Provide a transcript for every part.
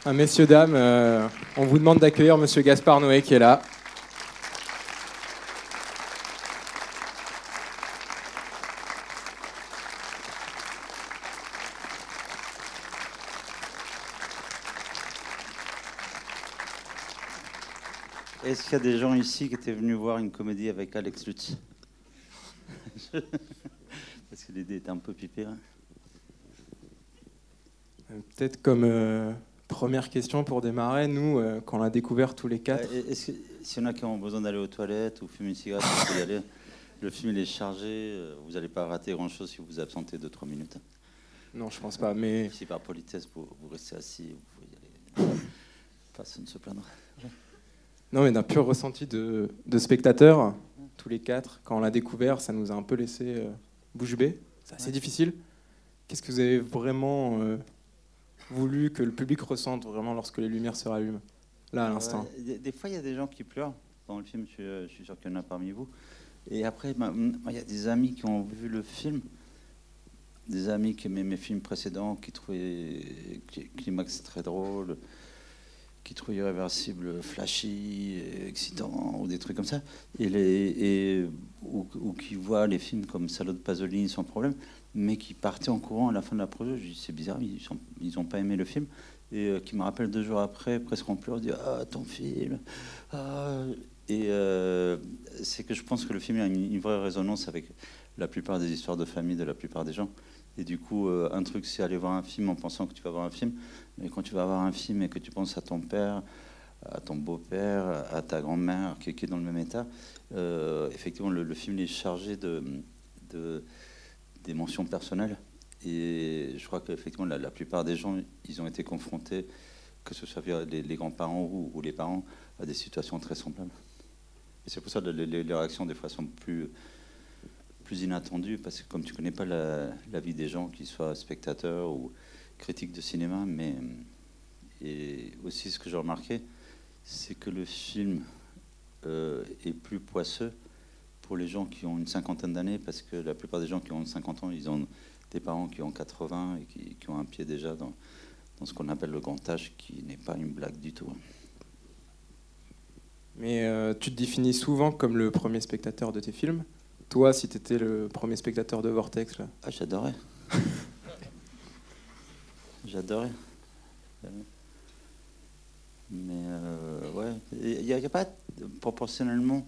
Messieurs, dames, on vous demande d'accueillir Monsieur Gaspard Noé qui est là. Est-ce qu'il y a des gens ici qui étaient venus voir une comédie avec Alex Lutz? Parce que l'idée était un peu pipée. Hein. Peut-être comme première question pour démarrer, nous, quand on l'a découvert tous les quatre... S'il y en a qui ont besoin d'aller aux toilettes ou fumer une cigarette, vous pouvez y aller. Le film il est chargé, vous n'allez pas rater grand-chose si vous vous absentez 2-3 minutes. Non, je pense pas, mais... Si par politesse vous restez assis, vous pouvez y aller. Personne ne se plaindra. Non, mais d'un pur ressenti de spectateurs, tous les quatre, quand on l'a découvert, ça nous a un peu laissé bouche bée. C'est assez difficile. Qu'est-ce que vous avez vraiment voulu que le public ressente vraiment lorsque les lumières se rallument, là, à l'instant? Des fois, il y a des gens qui pleurent dans le film, je suis sûr qu'il y en a parmi vous. Et après, il y a des amis qui ont vu le film, des amis qui aimaient mes films précédents, qui trouvaient Climax très drôle, qui trouvent Irréversible flashy, excitant, ou des trucs comme ça, ou qui voient les films comme Salaud de Pasolini sans problème, mais qui partaient en courant à la fin de la projet. Je dis c'est bizarre, ils n'ont pas aimé le film, et qui me rappellent 2 jours après, presque en pleurs, disent ah ton film. C'est que je pense que le film a une vraie résonance avec la plupart des histoires de famille de la plupart des gens. Et du coup, un truc, c'est aller voir un film en pensant que tu vas voir un film. Mais quand tu vas voir un film et que tu penses à ton père, à ton beau-père, à ta grand-mère qui est dans le même état, effectivement, le film est chargé d'émotions personnelles. Et je crois qu'effectivement, la plupart des gens, ils ont été confrontés, que ce soit les grands-parents ou les parents, à des situations très semblables. Et c'est pour ça que les réactions, des fois, sont plus inattendues, parce que comme tu connais pas la vie des gens, qu'ils soient spectateurs ou critiques de cinéma, et aussi ce que j'ai remarqué, c'est que le film est plus poisseux pour les gens qui ont une cinquantaine d'années, parce que la plupart des gens qui ont 50 ans, ils ont des parents qui ont 80 et qui ont un pied déjà dans ce qu'on appelle le grand âge, qui n'est pas une blague du tout. Mais tu te définis souvent comme le premier spectateur de tes films. Toi, si tu étais le premier spectateur de Vortex, là. Ah, j'adorais. J'adorais. Mais ouais, il n'y a pas proportionnellement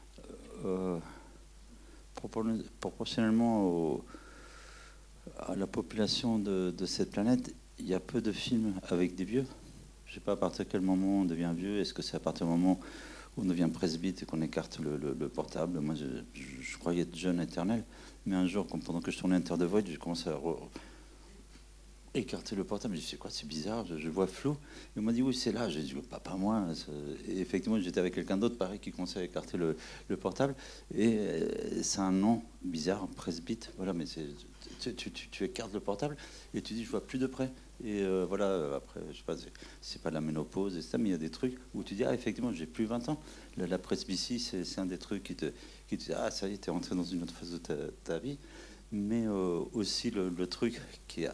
à la population de cette planète, il y a peu de films avec des vieux. Je ne sais pas à partir de quel moment on devient vieux. Est-ce que c'est à partir du moment où on devient presbyte et qu'on écarte le portable? Moi, je croyais être jeune éternel. Mais un jour, pendant que je tournais Enter the Void, j'ai commencé à écarter le portable. Je me dit, c'est quoi, c'est bizarre, je vois flou. Et on m'a dit, oui, c'est là. J'ai dit, pas moi. Et effectivement, j'étais avec quelqu'un d'autre, pareil, qui commençait à écarter le portable. Et c'est un nom bizarre, presbyte. Voilà, mais tu écartes le portable et tu dis, je vois plus de près. Et voilà, après, je sais pas, c'est pas la ménopause, et ça, mais il y a des trucs où tu dis, ah, effectivement, j'ai plus 20 ans. La presbytie, c'est un des trucs qui te dit, ah, ça y est, t'es rentré dans une autre phase de ta vie. Mais aussi le truc qui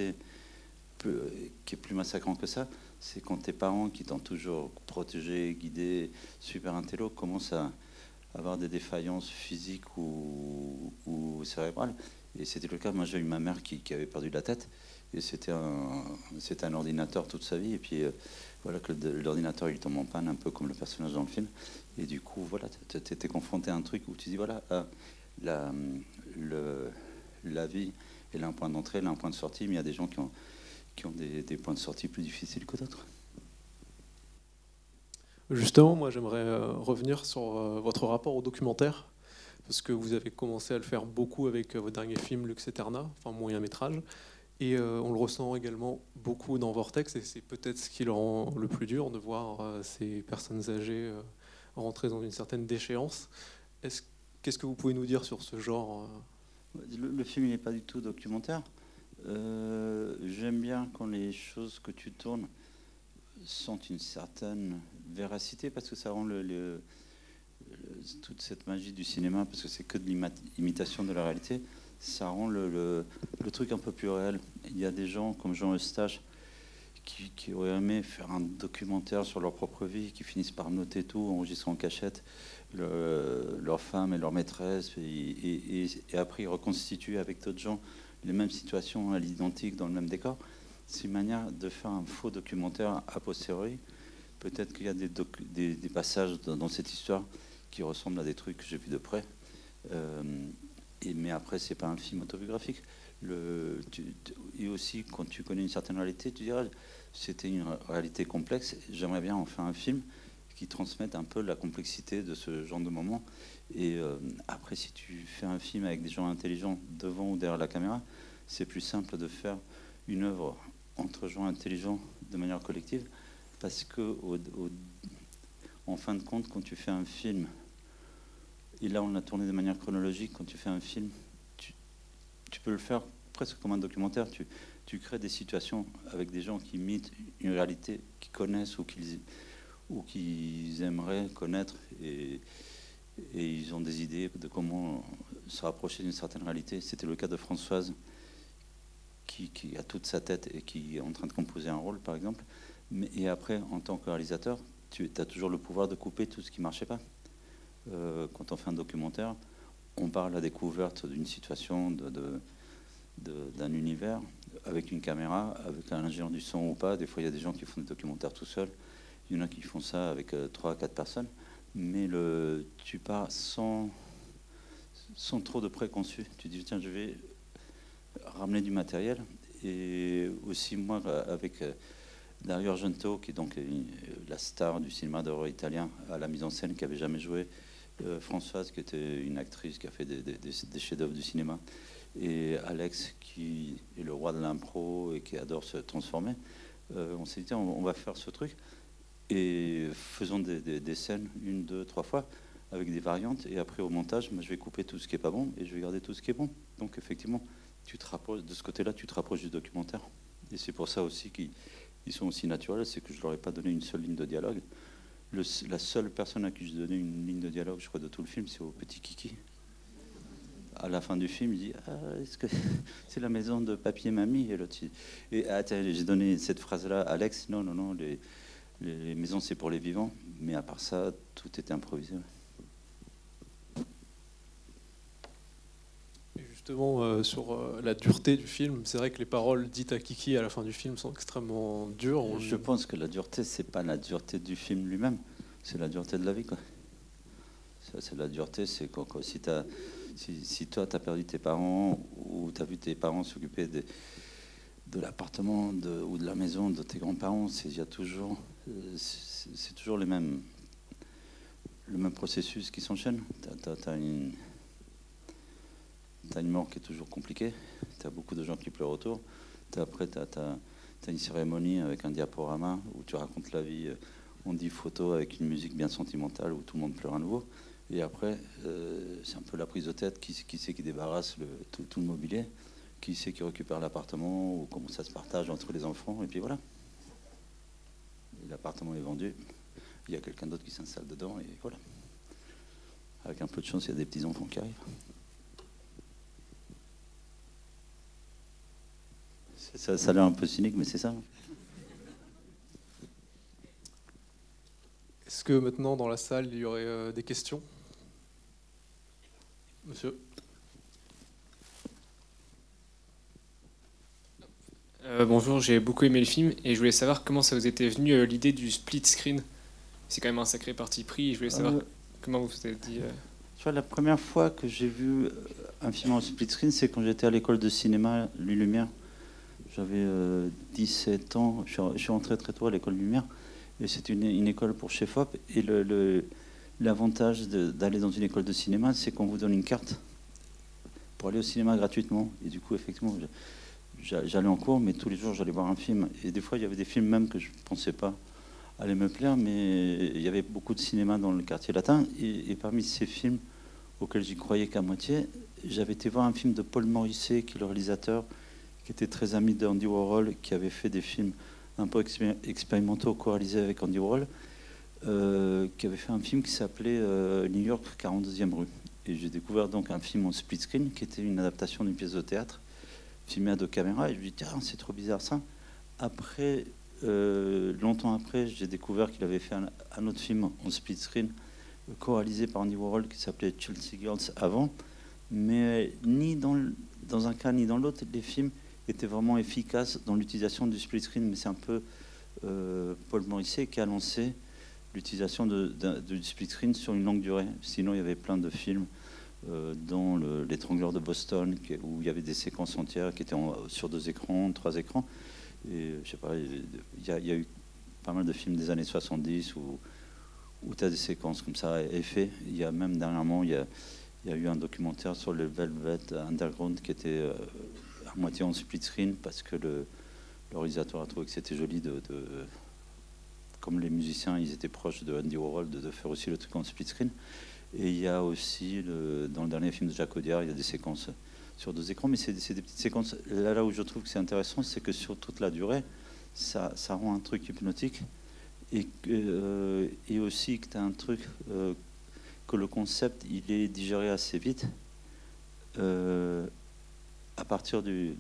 est plus massacrant que ça, c'est quand tes parents qui t'ont toujours protégé, guidé, super intello, commencent à avoir des défaillances physiques ou cérébrales. Et c'était le cas. Moi, j'ai eu ma mère qui avait perdu la tête, et c'était un ordinateur toute sa vie. Et puis voilà que l'ordinateur il tombe en panne, un peu comme le personnage dans le film. Et du coup, voilà, tu étais confronté à un truc où tu dis voilà, la vie, elle a un point d'entrée, elle a un point de sortie, mais il y a des gens qui ont des points de sortie plus difficiles que d'autres. Justement, moi j'aimerais revenir sur votre rapport au documentaire, parce que vous avez commencé à le faire beaucoup avec votre dernier film Lux Eterna, enfin moyen métrage, et on le ressent également beaucoup dans Vortex, et c'est peut-être ce qui le rend le plus dur de voir ces personnes âgées rentrer dans une certaine déchéance. Qu'est-ce que vous pouvez nous dire sur ce genre Le film n'est pas du tout documentaire. J'aime bien quand les choses que tu tournes sentent une certaine véracité, parce que ça rend toute cette magie du cinéma, parce que c'est que de l'imitation de la réalité, ça rend le truc un peu plus réel. Il y a des gens comme Jean Eustache qui auraient aimé faire un documentaire sur leur propre vie, qui finissent par noter tout, enregistrer en cachette leur femme et leur maîtresse, et après ils reconstituent avec d'autres gens les mêmes situations à l'identique dans le même décor. C'est une manière de faire un faux documentaire a posteriori. Peut-être qu'il y a des passages dans cette histoire qui ressemblent à des trucs que j'ai vus de près. Mais après, c'est pas un film autobiographique. Et aussi, quand tu connais une certaine réalité, tu dirais, c'était une réalité complexe. J'aimerais bien en faire un film qui transmette un peu la complexité de ce genre de moment. Et après, si tu fais un film avec des gens intelligents devant ou derrière la caméra, c'est plus simple de faire une œuvre entre gens intelligents de manière collective, parce que en fin de compte, quand tu fais un film, et là on l'a tourné de manière chronologique, quand tu fais un film, tu peux le faire presque comme un documentaire. Tu crées des situations avec des gens qui imitent une réalité qu'ils connaissent ou qu'ils aimeraient connaître, et ils ont des idées de comment se rapprocher d'une certaine réalité. C'était le cas de Françoise, qui a toute sa tête et qui est en train de composer un rôle, par exemple. Et après, en tant que réalisateur, tu as toujours le pouvoir de couper tout ce qui ne marchait pas. Quand on fait un documentaire, on part à la découverte d'une situation, d'un univers, avec une caméra, avec un ingénieur du son ou pas. Des fois, il y a des gens qui font des documentaires tout seuls. Il y en a qui font ça avec 3 à 4 personnes. Mais tu pars sans trop de préconçus. Tu dis, tiens, je vais ramener du matériel. Et aussi, moi, avec Dario Argento, qui est donc la star du cinéma d'horreur italien à la mise en scène, qui n'avait jamais joué, Françoise, qui était une actrice qui a fait des chefs-d'œuvre du cinéma, et Alex, qui est le roi de l'impro et qui adore se transformer. On s'est dit, tiens, on va faire ce truc, et faisons des scènes 1, 2, 3 fois, avec des variantes, et après au montage, moi, je vais couper tout ce qui n'est pas bon, et je vais garder tout ce qui est bon. Donc effectivement, tu te rapproches, de ce côté-là, tu te rapproches du documentaire. Et c'est pour ça aussi qu'ils sont aussi naturels, c'est que je leur ai pas donné une seule ligne de dialogue. La seule personne à qui je donnais une ligne de dialogue, je crois, de tout le film, c'est au petit Kiki. À la fin du film, il dit, est-ce que c'est la maison de papy et mamie? Et l'autre, j'ai donné cette phrase-là à Alex. Non, les maisons, c'est pour les vivants. Mais à part ça, tout était improvisé. Justement, sur la dureté du film, c'est vrai que les paroles dites à Kiki à la fin du film sont extrêmement dures. Je pense que la dureté, c'est pas la dureté du film lui-même, c'est la dureté de la vie, quoi. C'est la dureté, c'est quoi, si toi, tu as perdu tes parents, ou tu as vu tes parents s'occuper de l'appartement ou de la maison de tes grands-parents, c'est toujours le même processus qui s'enchaîne. T'as une mort qui est toujours compliquée, tu as beaucoup de gens qui pleurent autour, après tu as une cérémonie avec un diaporama où tu racontes la vie, on dit photo avec une musique bien sentimentale où tout le monde pleure à nouveau, et après c'est un peu la prise de tête, qui c'est qui débarrasse tout le mobilier, qui c'est qui récupère l'appartement, ou comment ça se partage entre les enfants, et puis voilà. Et l'appartement est vendu, il y a quelqu'un d'autre qui s'installe dedans, et voilà. Avec un peu de chance, il y a des petits-enfants qui arrivent. Ça a l'air un peu cynique, mais c'est ça. Est-ce que maintenant, dans la salle, il y aurait des questions? Monsieur? Bonjour, j'ai beaucoup aimé le film et je voulais savoir comment ça vous était venu l'idée du split screen. C'est quand même un sacré parti pris et je voulais savoir comment vous vous êtes dit... Tu vois, la première fois que j'ai vu un film en split screen, c'est quand j'étais à l'école de cinéma Lumière. J'avais 17 ans, je suis rentré très tôt à l'école Lumière, et c'était une école pour chef-op, et l'avantage d'aller dans une école de cinéma, c'est qu'on vous donne une carte pour aller au cinéma gratuitement. Et du coup, effectivement, j'allais en cours, mais tous les jours, j'allais voir un film. Et des fois, il y avait des films même que je ne pensais pas allaient me plaire, mais il y avait beaucoup de cinéma dans le quartier latin, et parmi ces films auxquels j'y croyais qu'à moitié, j'avais été voir un film de Paul Morisset, qui est le réalisateur, qui était très ami d'Andy Warhol, qui avait fait des films un peu expérimentaux, co-réalisés avec Andy Warhol, qui avait fait un film qui s'appelait New York 42e rue. Et j'ai découvert donc un film en split screen, qui était une adaptation d'une pièce de théâtre, filmée à 2 caméras, et je me dis, tiens, c'est trop bizarre ça. Après, longtemps après, j'ai découvert qu'il avait fait un autre film en split screen, co-réalisé par Andy Warhol, qui s'appelait Chelsea Girls avant. Mais ni dans un cas ni dans l'autre, les films étaient vraiment efficaces dans l'utilisation du split screen. Mais c'est un peu Paul Morisset qui a lancé l'utilisation du split screen sur une longue durée. Sinon, il y avait plein de films, dont L'étrangleur de Boston, où il y avait des séquences entières qui étaient sur 2 écrans, 3 écrans. Et je sais pas, il y a eu pas mal de films des années 70 où tu as des séquences comme ça effets. Il y a même dernièrement, il y a eu un documentaire sur le Velvet Underground qui était à moitié en split screen parce que le réalisateur a trouvé que c'était joli comme les musiciens, ils étaient proches de Andy Warhol, de faire aussi le truc en split screen. Et il y a aussi, dans le dernier film de Jacques Audiard, il y a des séquences sur 2 écrans, mais c'est des petites séquences. Là où je trouve que c'est intéressant, c'est que sur toute la durée, ça rend un truc hypnotique. Et aussi que tu as un truc, que le concept, il est digéré assez vite. À partir de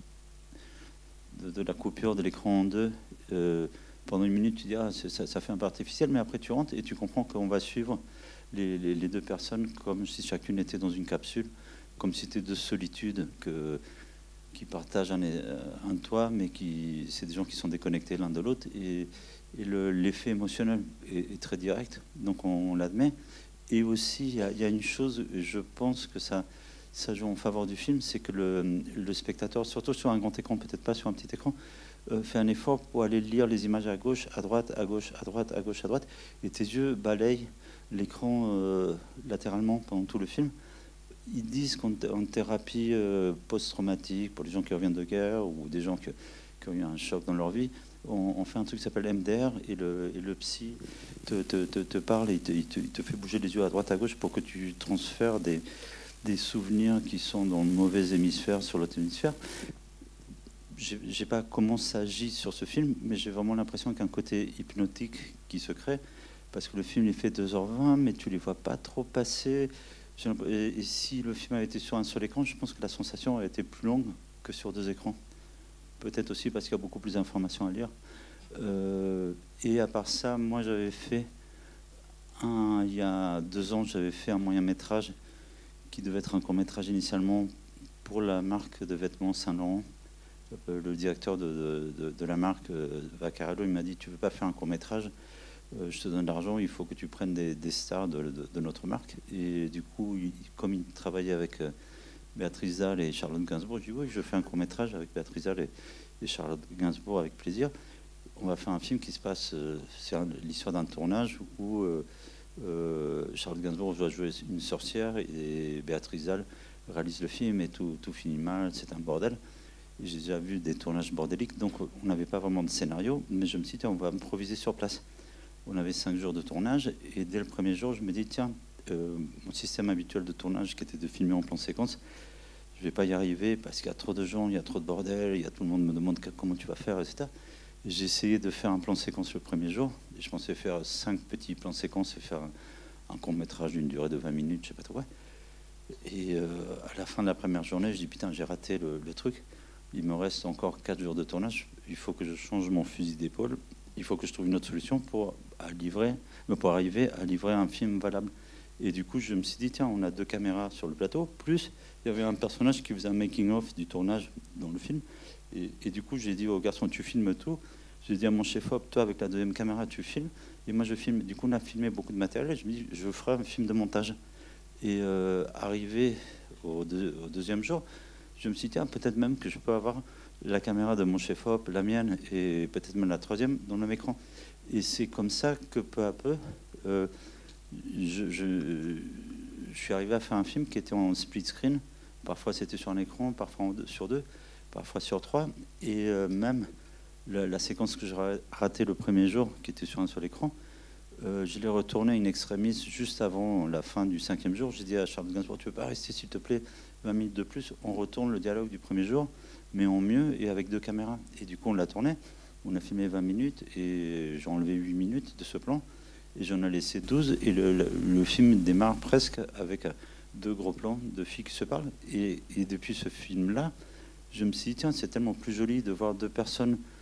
la coupure de l'écran en 2, pendant 1 minute, tu dis ça fait un peu artificiel, mais après tu rentres et tu comprends qu'on va suivre les 2 personnes comme si chacune était dans une capsule, comme si c'était 2 solitudes qui partagent un toit, mais c'est des gens qui sont déconnectés l'un de l'autre. Et l'effet émotionnel est très direct, donc on l'admet. Et aussi, il y a une chose, je pense que ça joue en faveur du film, c'est que le spectateur, surtout sur un grand écran, peut-être pas sur un petit écran, fait un effort pour aller lire les images à gauche, à droite, à gauche, à droite, à gauche, à droite, et tes yeux balayent l'écran latéralement pendant tout le film. Ils disent qu'en thérapie post-traumatique, pour les gens qui reviennent de guerre ou des gens qui ont eu un choc dans leur vie, on fait un truc qui s'appelle MDR, et le psy te parle et il te fait bouger les yeux à droite, à gauche pour que tu transfères des souvenirs qui sont dans le mauvais hémisphère sur l'autre hémisphère. Je ne sais pas comment ça agit sur ce film, mais j'ai vraiment l'impression qu'il y a un côté hypnotique qui se crée, parce que le film il fait 2h20, mais tu ne les vois pas trop passer. Et si le film avait été sur un seul écran, je pense que la sensation aurait été plus longue que sur 2 écrans. Peut-être aussi parce qu'il y a beaucoup plus d'informations à lire. Et à part ça, moi j'avais fait, il y a 2 ans, j'avais fait un moyen-métrage qui devait être un court-métrage initialement pour la marque de vêtements Saint-Laurent. Le directeur de la marque, Vaccarello, il m'a dit: tu veux pas faire un court-métrage, je te donne de l'argent, il faut que tu prennes des stars de notre marque. Et du coup, comme il travaillait avec Béatrice Dalle et Charlotte Gainsbourg, je dis: oui, je fais un court-métrage avec Béatrice Dalle et Charlotte Gainsbourg avec plaisir. On va faire un film qui se passe, c'est l'histoire d'un tournage où Charlotte Gainsbourg doit jouer une sorcière et Béatrice Dalle réalise le film et tout finit mal, c'est un bordel. J'ai déjà vu des tournages bordéliques, donc on n'avait pas vraiment de scénario, mais je me suis dit: tiens, on va improviser sur place. On avait 5 jours de tournage, et dès le premier jour, je me dis: tiens, mon système habituel de tournage, qui était de filmer en plan séquence, je ne vais pas y arriver parce qu'il y a trop de gens, il y a trop de bordel, tout le monde me demande comment tu vas faire, etc. J'ai essayé de faire un plan séquence le premier jour, et je pensais faire 5 petits plans séquences et faire un court-métrage d'une durée de 20 minutes, je sais pas trop. Ouais. Et à la fin de la première journée, je dis: putain, j'ai raté le truc. Il me reste encore 4 jours de tournage. Il faut que je change mon fusil d'épaule. Il faut que je trouve une autre solution pour arriver à livrer un film valable. Et du coup, je me suis dit: tiens, on a 2 caméras sur le plateau. Plus, il y avait un personnage qui faisait un making-of du tournage dans le film. Et du coup, j'ai dit au garçon: tu filmes tout. J'ai dit à mon chef-op: toi, avec la 2e caméra, tu filmes. Et moi, je filme. Du coup, on a filmé beaucoup de matériel. Et je me dis: je ferai un film de montage. Et arrivé au 2e jour, je me suis dit: tiens, peut-être même que je peux avoir la caméra de mon chef-op, la mienne, et peut-être même la 3e dans le même écran. Et c'est comme ça que peu à peu, je suis arrivé à faire un film qui était en split screen. Parfois c'était sur un écran, parfois sur 2, parfois sur 3. Et même la séquence que j'ai ratée le premier jour, qui était sur un seul écran, je l'ai retournée in extremis juste avant la fin du 5e jour. J'ai dit à Charles Gainsbourg: tu veux pas rester, s'il te plaît, 20 minutes de plus? On retourne le dialogue du premier jour, mais en mieux et avec 2 caméras. Et du coup, on l'a tourné. On a filmé 20 minutes et j'ai enlevé 8 minutes de ce plan. Et j'en ai laissé 12. Et le film démarre presque avec 2 gros plans de filles qui se parlent. Et depuis ce film-là, je me suis dit: tiens, c'est tellement plus joli de voir 2 personnes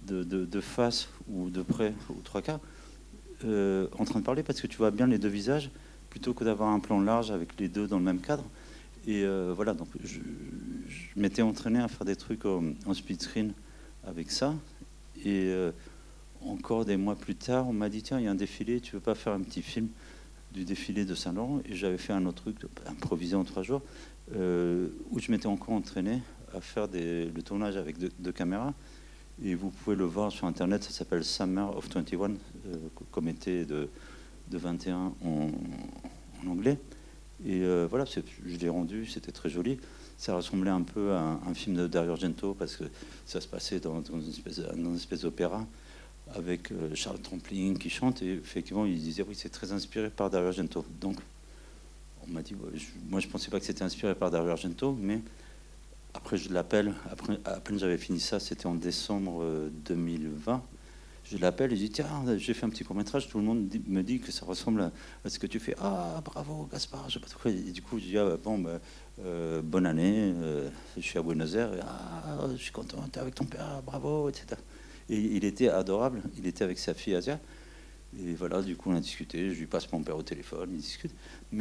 de face ou de près, ou trois quarts, en train de parler, parce que tu vois bien les deux visages, plutôt que d'avoir un plan large avec les deux dans le même cadre. Et voilà, donc je m'étais entraîné à faire des trucs en split screen avec ça. Et encore des mois plus tard, on m'a dit, tiens, il y a un défilé, tu veux pas faire un petit film du défilé de Saint-Laurent? Et j'avais fait un autre truc, improvisé en 3 jours, où je m'étais encore entraîné à faire le tournage avec deux caméras. Et vous pouvez le voir sur Internet, ça s'appelle Summer of 21, comme été de 21 en anglais. Et voilà, je l'ai rendu, c'était très joli. Ça ressemblait un peu à un film de Dario Argento, parce que ça se passait dans une espèce d'opéra, avec Charles Trampling qui chante. Et effectivement, il disait, oui, c'est très inspiré par Dario Argento. Donc, on m'a dit, moi, je ne pensais pas que c'était inspiré par Dario Argento, mais après, je l'appelle, à peine j'avais fini ça, c'était en décembre 2020. Je l'appelle et je dis, tiens, j'ai fait un petit court-métrage, tout le monde me dit que ça ressemble à ce que tu fais. Ah, bravo, Gaspard, je sais pas quoi. Et du coup, je dis, bonne année, je suis à Buenos Aires, je suis content, t'es avec ton père, bravo, etc. Et il était adorable, il était avec sa fille Asia. Et voilà, du coup, on a discuté, je lui passe mon père au téléphone, il discute. Mais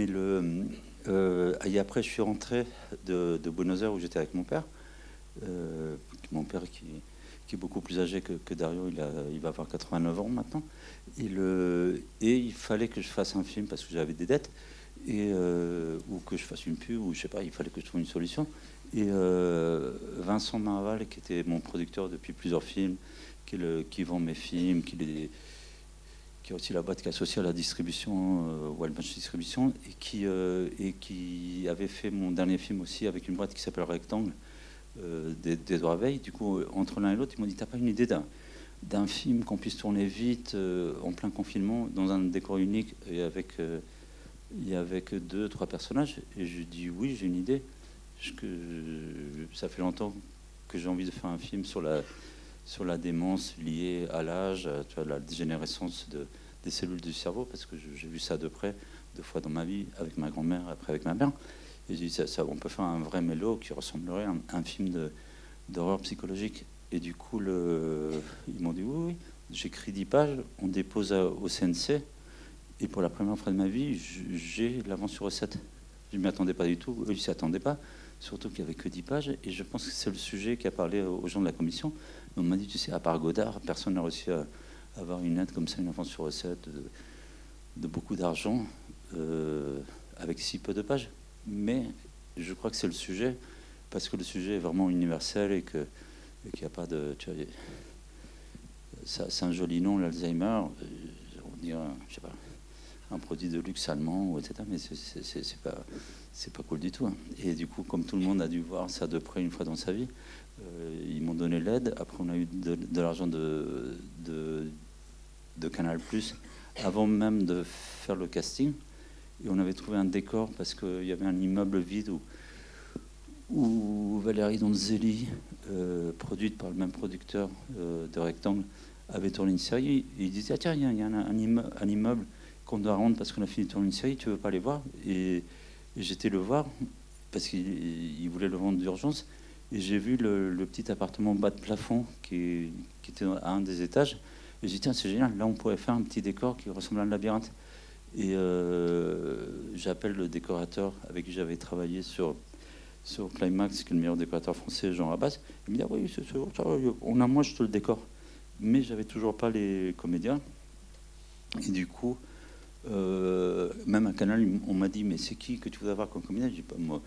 et après, je suis rentré de Buenos Aires où j'étais avec mon père. Mon père qui est beaucoup plus âgé que Dario, il va avoir 89 ans maintenant. Et il fallait que je fasse un film parce que j'avais des dettes, ou que je fasse une pub, ou je sais pas, il fallait que je trouve une solution. Et Vincent Marval, qui était mon producteur depuis plusieurs films, qui vend mes films, qui a aussi la boîte qui est associée à la distribution, Wild Bunch Distribution, et qui avait fait mon dernier film aussi avec une boîte qui s'appelle Rectangle, d'Edouard Veil. Du coup, entre l'un et l'autre, ils m'ont dit, t'as pas une idée d'un film qu'on puisse tourner vite, en plein confinement, dans un décor unique, et avec 2-3 personnages? Et je dis, oui, j'ai une idée. Ça fait longtemps que j'ai envie de faire un film sur la démence liée à l'âge, à la dégénérescence des cellules du cerveau, parce que j'ai vu ça de près, 2 fois dans ma vie, avec ma grand-mère, après avec ma mère. Et j'ai dit, on peut faire un vrai mélo qui ressemblerait à un film d'horreur psychologique. Et du coup, ils m'ont dit, oui, j'écris 10 pages, on dépose au CNC, et pour la première fois de ma vie, j'ai l'avance sur recette. Je ne m'y attendais pas du tout, eux, ils ne s'y attendaient pas, surtout qu'il n'y avait que 10 pages, et je pense que c'est le sujet qui a parlé aux gens de la commission. On m'a dit, tu sais, à part Godard, personne n'a réussi à avoir une aide comme ça, une avance sur recette de beaucoup d'argent, avec si peu de pages. Mais je crois que c'est le sujet, parce que le sujet est vraiment universel et qu'il n'y a pas de... Tu vois, c'est un joli nom, l'Alzheimer. On dirait, je sais pas, un produit de luxe allemand, etc. Mais c'est pas cool du tout. Hein. Et du coup, comme tout le monde a dû voir ça de près une fois dans sa vie, ils m'ont donné l'aide. Après, on a eu de l'argent de Canal+, avant même de faire le casting. Et on avait trouvé un décor parce qu'il y avait un immeuble vide où Valérie Donzelli, produite par le même producteur de Rectangle, avait tourné une série. Et il disait, ah, tiens, il y a un immeuble qu'on doit rendre parce qu'on a fini de tourner une série, tu veux pas aller voir? Et j'étais le voir parce qu'il voulait le vendre d'urgence. Et j'ai vu le petit appartement bas de plafond qui était à un des étages. Et j'ai dit, tiens, c'est génial, là on pourrait faire un petit décor qui ressemble à un labyrinthe. Et j'appelle le décorateur avec qui j'avais travaillé sur Climax, qui est le meilleur décorateur français, Jean Rabas. Il me dit, ah oui, moi je te le décore. Mais j'avais toujours pas les comédiens. Et du coup, même à Canal, on m'a dit, mais c'est qui que tu voudrais avoir comme comédien? Je dis, pas moi.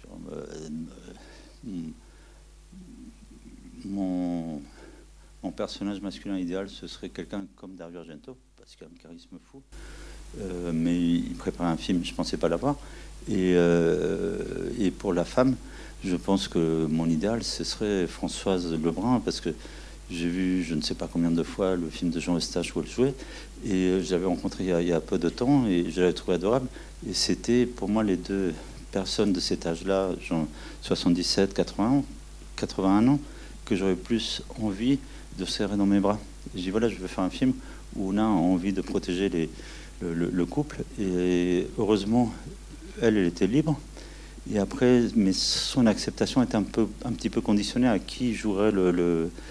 Mon personnage masculin idéal, ce serait quelqu'un comme Dario Argento, parce qu'il a un charisme fou. Mais il préparait un film, je ne pensais pas l'avoir. Et pour la femme, je pense que mon idéal, ce serait Françoise Lebrun, parce que j'ai vu je ne sais pas combien de fois le film de Jean Eustache où elle jouait, et je l'avais rencontré il y a peu de temps, et je l'avais trouvé adorable. Et c'était pour moi les 2 personnes de cet âge-là, genre 77, 81 ans, que j'aurais plus envie de serrer dans mes bras. Et j'ai dit, voilà, je veux faire un film où on a envie de protéger le couple. Et heureusement, elle était libre. Et après, mais son acceptation était un petit peu conditionnée à qui jouerait le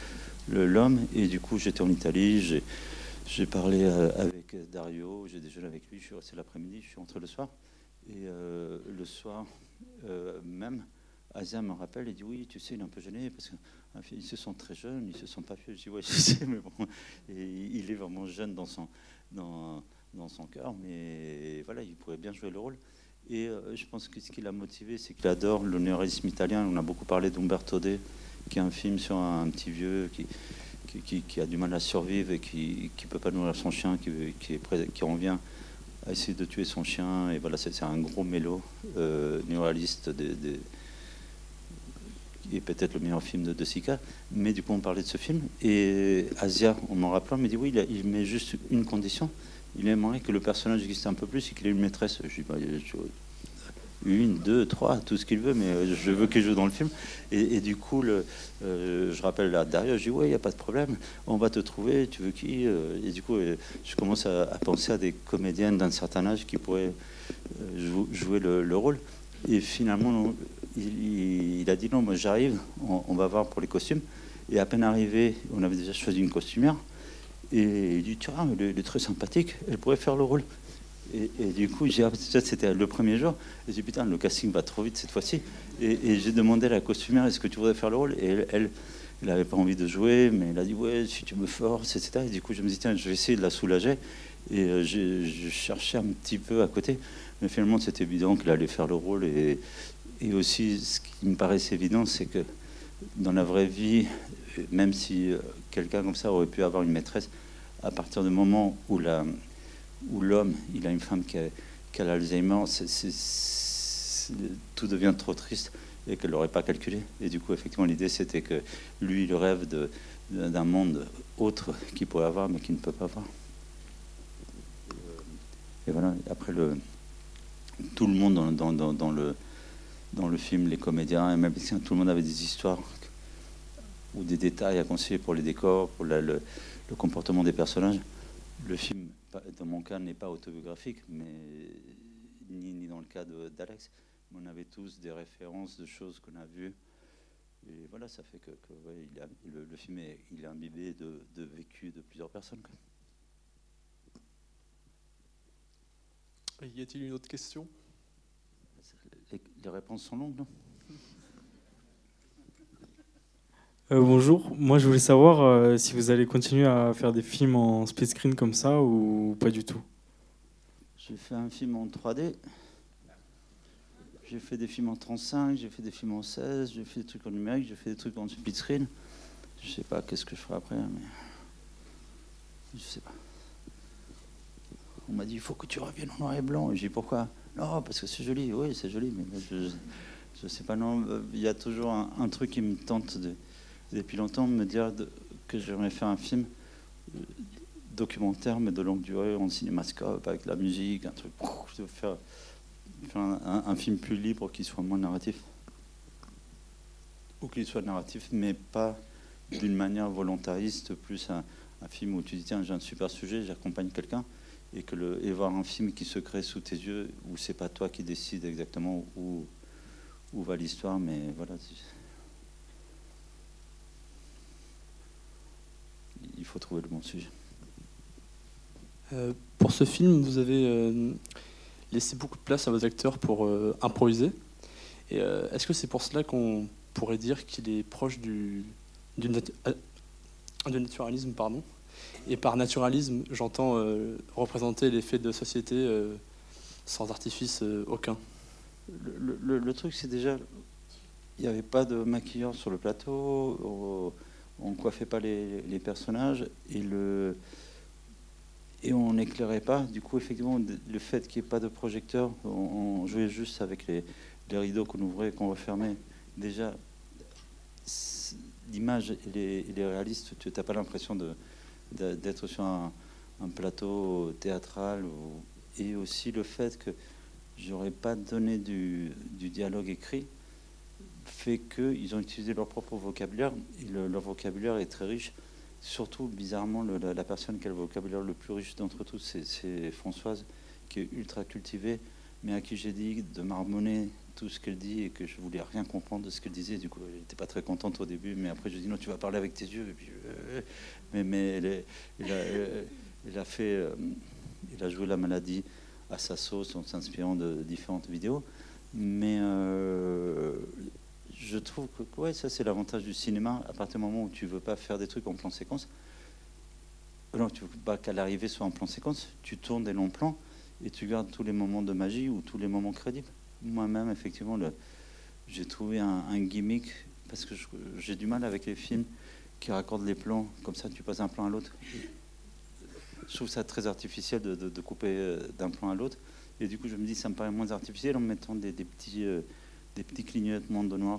l'homme. Et du coup, j'étais en Italie, j'ai parlé avec Dario, j'ai déjeuné avec lui, je suis resté l'après-midi, je suis rentré le soir. Et le soir même, Asia me rappelle et dit oui, tu sais, il est un peu gêné parce qu'ils se sentent très jeunes, ils se sentent pas vieux. Je dis ouais, je sais, mais bon, et il est vraiment jeune dans son cœur, mais voilà, il pourrait bien jouer le rôle. Et je pense que ce qui l'a motivé, c'est qu'il adore le néoréalisme italien. On a beaucoup parlé d'Umberto D, qui est un film sur un petit vieux qui a du mal à survivre et qui peut pas nourrir son chien, qui en vient à essayer de tuer son chien. Et voilà, c'est un gros mélo néoréaliste qui est peut-être le meilleur film de Sica. Mais du coup, on parlait de ce film. Et Asia, en m'en rappelant, me dit oui, il met juste une condition. Il aimerait que le personnage existe un peu plus et qu'il ait une maîtresse. Je dis, bah, une, deux, trois, tout ce qu'il veut, mais je veux qu'il joue dans le film. Et du coup, je rappelle à Dario, je dis, ouais, il n'y a pas de problème, on va te trouver, tu veux qui? Et du coup, je commence à penser à des comédiennes d'un certain âge qui pourraient jouer le rôle. Et finalement, il a dit, non, moi j'arrive, on va voir pour les costumes. Et à peine arrivé, on avait déjà choisi une costumière. Et il dit, tiens, elle est très sympathique, elle pourrait faire le rôle. Et du coup, c'était le premier jour. Et j'ai dit, putain, le casting va trop vite cette fois-ci. Et j'ai demandé à la costumière, est-ce que tu voudrais faire le rôle? Et elle n'avait pas envie de jouer, mais elle a dit, ouais, si tu me forces, etc. Et du coup, je me dis, tiens, je vais essayer de la soulager. Et je cherchais un petit peu à côté. Mais finalement, c'était évident qu'elle allait faire le rôle. Et aussi, ce qui me paraissait évident, c'est que dans la vraie vie, même si quelqu'un comme ça aurait pu avoir une maîtresse, à partir du moment où l'homme, il a une femme qui a l'Alzheimer, tout devient trop triste et qu'elle n'aurait pas calculé. Et du coup, effectivement, l'idée, c'était que lui, il rêve d'un monde autre qu'il pourrait avoir, mais qu'il ne peut pas avoir. Et voilà, après, tout le monde dans le film, les comédiens, et même tout le monde avait des histoires ou des détails à conseiller pour les décors, pour le comportement des personnages. Le film, dans mon cas, n'est pas autobiographique, mais ni dans le cas d'Alex. Mais on avait tous des références de choses qu'on a vues. Et voilà, ça fait que ouais, le film il est imbibé de vécu de plusieurs personnes. Y a-t-il une autre question? Les réponses sont longues, non? Bonjour, moi je voulais savoir si vous allez continuer à faire des films en split screen comme ça ou pas du tout. J'ai fait un film en 3D, j'ai fait des films en 35, j'ai fait des films en 16, j'ai fait des trucs en numérique, j'ai fait des trucs en split screen. Je sais pas qu'est-ce que je ferai après, mais je sais pas. On m'a dit il faut que tu reviennes en noir et blanc. Et j'ai dit pourquoi? Non, parce que c'est joli. Oui, c'est joli, mais je sais pas. Non, il y a toujours un truc qui me tente depuis longtemps, me dire que j'aimerais faire un film documentaire, mais de longue durée, en cinémascope, avec la musique, un truc. Je veux faire un film plus libre, qui soit moins narratif. Ou qu'il soit narratif, mais pas d'une manière volontariste, plus un film où tu dis tiens, j'ai un super sujet, j'accompagne quelqu'un, et voir un film qui se crée sous tes yeux, où c'est pas toi qui décides exactement où va l'histoire, mais voilà. Il faut trouver le bon sujet. Pour ce film, vous avez laissé beaucoup de place à vos acteurs pour improviser. Et est-ce que c'est pour cela qu'on pourrait dire qu'il est proche du naturalisme, pardon? Et par naturalisme, j'entends représenter les faits de société sans artifice aucun. Le truc, c'est déjà, il n'y avait pas de maquilleur sur le plateau, on ne coiffait pas les personnages, et on n'éclairait pas. Du coup, effectivement, le fait qu'il n'y ait pas de projecteur, on jouait juste avec les rideaux qu'on ouvrait et qu'on refermait. Déjà, l'image, elle est réaliste, tu n'as pas l'impression d'être sur un plateau théâtral, et aussi le fait que j'aurais pas donné du dialogue écrit fait qu'ils ont utilisé leur propre vocabulaire, et leur vocabulaire est très riche. Surtout, bizarrement, la personne qui a le vocabulaire le plus riche d'entre tous, c'est Françoise, qui est ultra cultivée, mais à qui j'ai dit de marmonner tout ce qu'elle dit et que je voulais rien comprendre de ce qu'elle disait. Du coup, elle n'était pas très contente au début, mais après je lui ai dit non, tu vas parler avec tes yeux. Et puis, mais elle a joué la maladie à sa sauce en s'inspirant de différentes vidéos. Mais je trouve que ouais, ça c'est l'avantage du cinéma. À partir du moment où tu veux pas faire des trucs en plan séquence, non, tu veux pas qu'à l'arrivée soit en plan séquence, tu tournes des longs plans et tu gardes tous les moments de magie ou tous les moments crédibles. Moi-même, effectivement, j'ai trouvé un gimmick parce que j'ai du mal avec les films qui raccordent les plans comme ça, tu passes d'un plan à l'autre. Je trouve ça très artificiel de couper d'un plan à l'autre. Et du coup, je me dis, ça me paraît moins artificiel en mettant des petits clignotements de noir.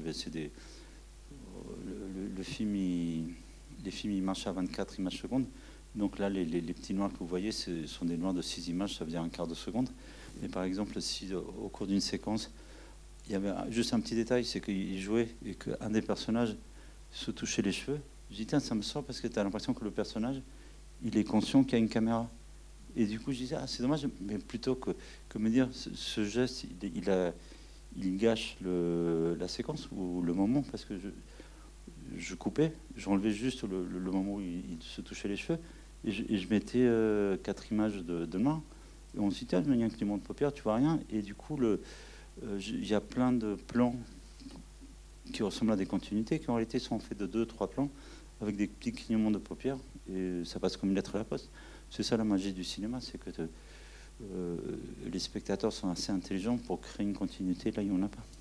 Le film, les films, ils marchent à 24 images secondes. Donc là, les petits noirs que vous voyez, ce sont des noirs de 6 images, ça veut dire un quart de seconde. Mais par exemple, si au cours d'une séquence, il y avait juste un petit détail, c'est qu'il jouait et qu'un des personnages se touchait les cheveux, je dis, tiens, ça me sort parce que tu as l'impression que le personnage, il est conscient qu'il y a une caméra. Et du coup, je disais, ah, c'est dommage, mais plutôt que me dire, ce geste, il gâche la séquence ou le moment, parce que je coupais, j'enlevais juste le moment où il se touchait les cheveux, et je mettais 4 images de noir. Et on se dit, tiens, il y a un clignement de paupières, tu vois rien. Et du coup, il y a plein de plans qui ressemblent à des continuités, qui en réalité sont faits de 2-3 plans, avec des petits clignements de paupières, et ça passe comme une lettre à la poste. C'est ça la magie du cinéma, c'est que les spectateurs sont assez intelligents pour créer une continuité là où il n'y en a pas.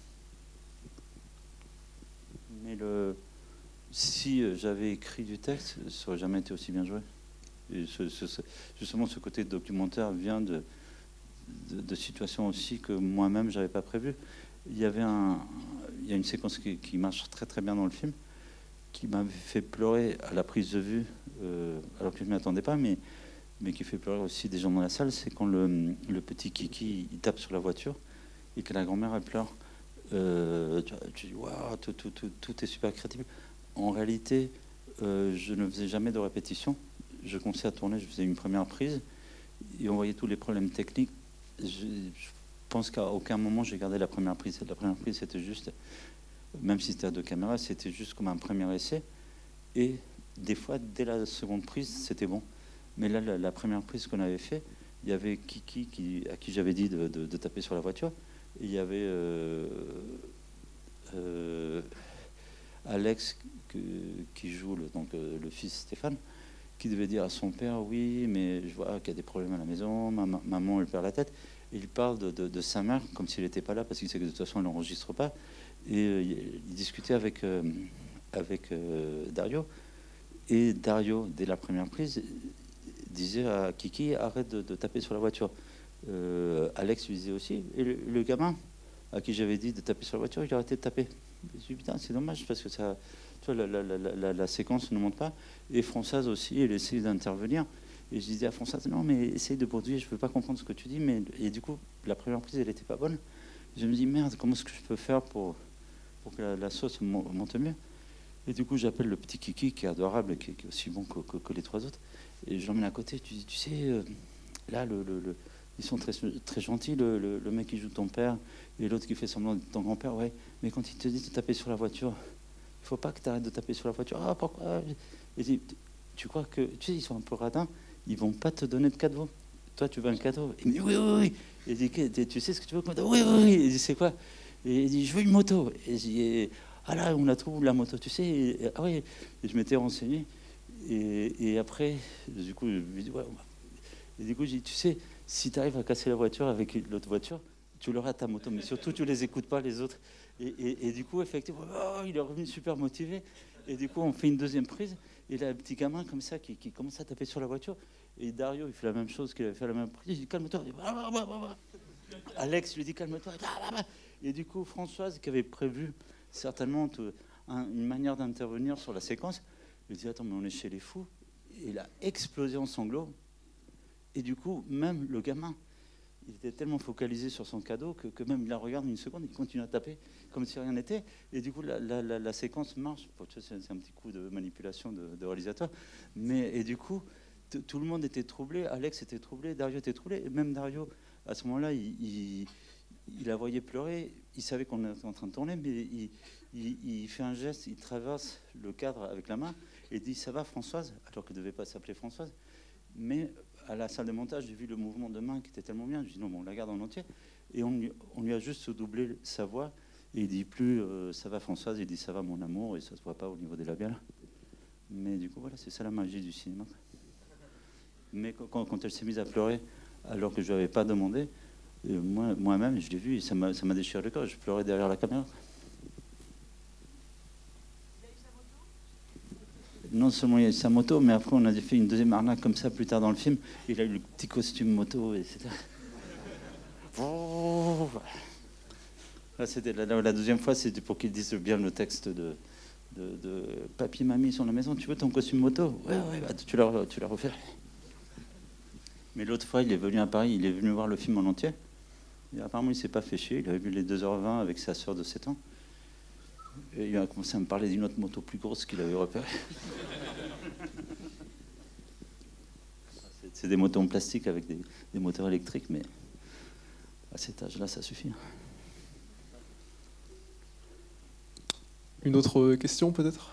Mais si j'avais écrit du texte, ça n'aurait jamais été aussi bien joué. Et justement, ce côté documentaire vient de situations aussi que moi-même, je n'avais pas prévues. Il y a une séquence qui marche très très bien dans le film, qui m'avait fait pleurer à la prise de vue, alors que je ne m'y attendais pas, mais qui fait pleurer aussi des gens dans la salle, c'est quand le petit Kiki il tape sur la voiture et que la grand-mère elle pleure. Tu dis waouh, tout est super crédible. En réalité, je ne faisais jamais de répétition. Je commençais à tourner, je faisais une première prise et on voyait tous les problèmes techniques. Je pense qu'à aucun moment j'ai gardé la première prise. La première prise, c'était juste, même si c'était à 2 caméras, c'était juste comme un premier essai. Et des fois, dès la seconde prise, c'était bon. Mais là, la première prise qu'on avait fait, il y avait Kiki à qui j'avais dit de taper sur la voiture. Et il y avait Alex qui joue le fils Stéphane, qui devait dire à son père, oui, mais je vois qu'il y a des problèmes à la maison, maman elle perd la tête. Et il parle de sa mère comme s'il n'était pas là, parce qu'il sait que de toute façon elle n'enregistre pas. Et il discutait avec Dario. Et Dario, dès la première prise, disait à Kiki, arrête de taper sur la voiture. Alex lui disait aussi. Et le gamin à qui j'avais dit de taper sur la voiture, il a arrêté de taper. Je me suis dit, putain, c'est dommage, parce que ça, tu vois, la séquence ne monte pas. Et Françoise aussi, elle essaye d'intervenir. Et je disais à Françoise, non, mais essaye de produire, je ne peux pas comprendre ce que tu dis. Et du coup, la première prise, elle n'était pas bonne. Je me dis, merde, comment est-ce que je peux faire pour que la sauce monte mieux? Et du coup, j'appelle le petit Kiki, qui est adorable, qui est aussi bon que les 3 autres. Et je l'emmène à côté. Tu sais, là, ils sont très, très gentils, le mec qui joue ton père et l'autre qui fait semblant d'être ton grand-père. Ouais, mais quand il te dit de taper sur la voiture, il faut pas que tu arrêtes de taper sur la voiture. Ah, pourquoi? Et tu crois que, tu sais, ils sont un peu radins, ils vont pas te donner de cadeau. Toi, tu veux un cadeau? Il me dit, oui, oui, oui. Et il dit, tu sais ce que tu veux? Oui, oui, oui. Et il dit, c'est quoi? Et il dit, je veux une moto. Et je dis, ah là, on a trouvé la moto, tu sais. Ah oui. Et je m'étais renseigné. Et après, du coup, je lui dis, ouais. Et du coup, je dis, tu sais, si tu arrives à casser la voiture avec l'autre voiture, tu l'auras ta moto, mais surtout, tu les écoutes pas, les autres. Et du coup, effectivement, il est revenu super motivé. Et du coup, on fait une deuxième prise. Et là, un petit gamin comme ça qui commence à taper sur la voiture. Et Dario, il fait la même chose qu'il avait fait à la même prise. Il dit, calme-toi. Alex lui dit, calme-toi. Et du coup, Françoise, qui avait prévu certainement une manière d'intervenir sur la séquence, lui dit, attends, mais on est chez les fous. Et il a explosé en sanglots. Et du coup, même le gamin, il était tellement focalisé sur son cadeau que même il la regarde une seconde, il continue à taper comme si rien n'était. Et du coup, la séquence marche. C'est un petit coup de manipulation de réalisateur. Et du coup, tout le monde était troublé. Alex était troublé, Dario était troublé. Et même Dario, à ce moment-là, il il la voyait pleurer, il savait qu'on était en train de tourner, mais il fait un geste, il traverse le cadre avec la main et dit « ça va Françoise ?» alors qu'elle ne devait pas s'appeler Françoise. Mais à la salle de montage, j'ai vu le mouvement de main qui était tellement bien, je dis « non, bon, on la garde en entier ». Et on lui a juste doublé sa voix, et il dit plus ça va Françoise », il dit « ça va mon amour », et ça ne se voit pas au niveau des labiales. Mais du coup, voilà, c'est ça la magie du cinéma. Mais quand elle s'est mise à pleurer, alors que je ne lui avais pas demandé, moi-même, je l'ai vu et ça m'a déchiré le corps. Je pleurais derrière la caméra. Non seulement il y a eu sa moto, mais après on a fait une deuxième arnaque comme ça plus tard dans le film. Il a eu le petit costume moto, etc. Là, c'était la deuxième fois, c'était pour qu'il dise bien le texte de Papy, Mamie sont à la maison. Tu veux ton costume moto? Ouais, bah, tu l'as refait. Mais l'autre fois, il est venu à Paris, il est venu voir le film en entier. Et apparemment, il ne s'est pas fait chier. Il avait vu les 2h20 avec sa sœur de 7 ans. Et il a commencé à me parler d'une autre moto plus grosse qu'il avait repérée. C'est des motos en plastique avec des moteurs électriques, mais à cet âge-là, ça suffit. Une autre question, peut-être?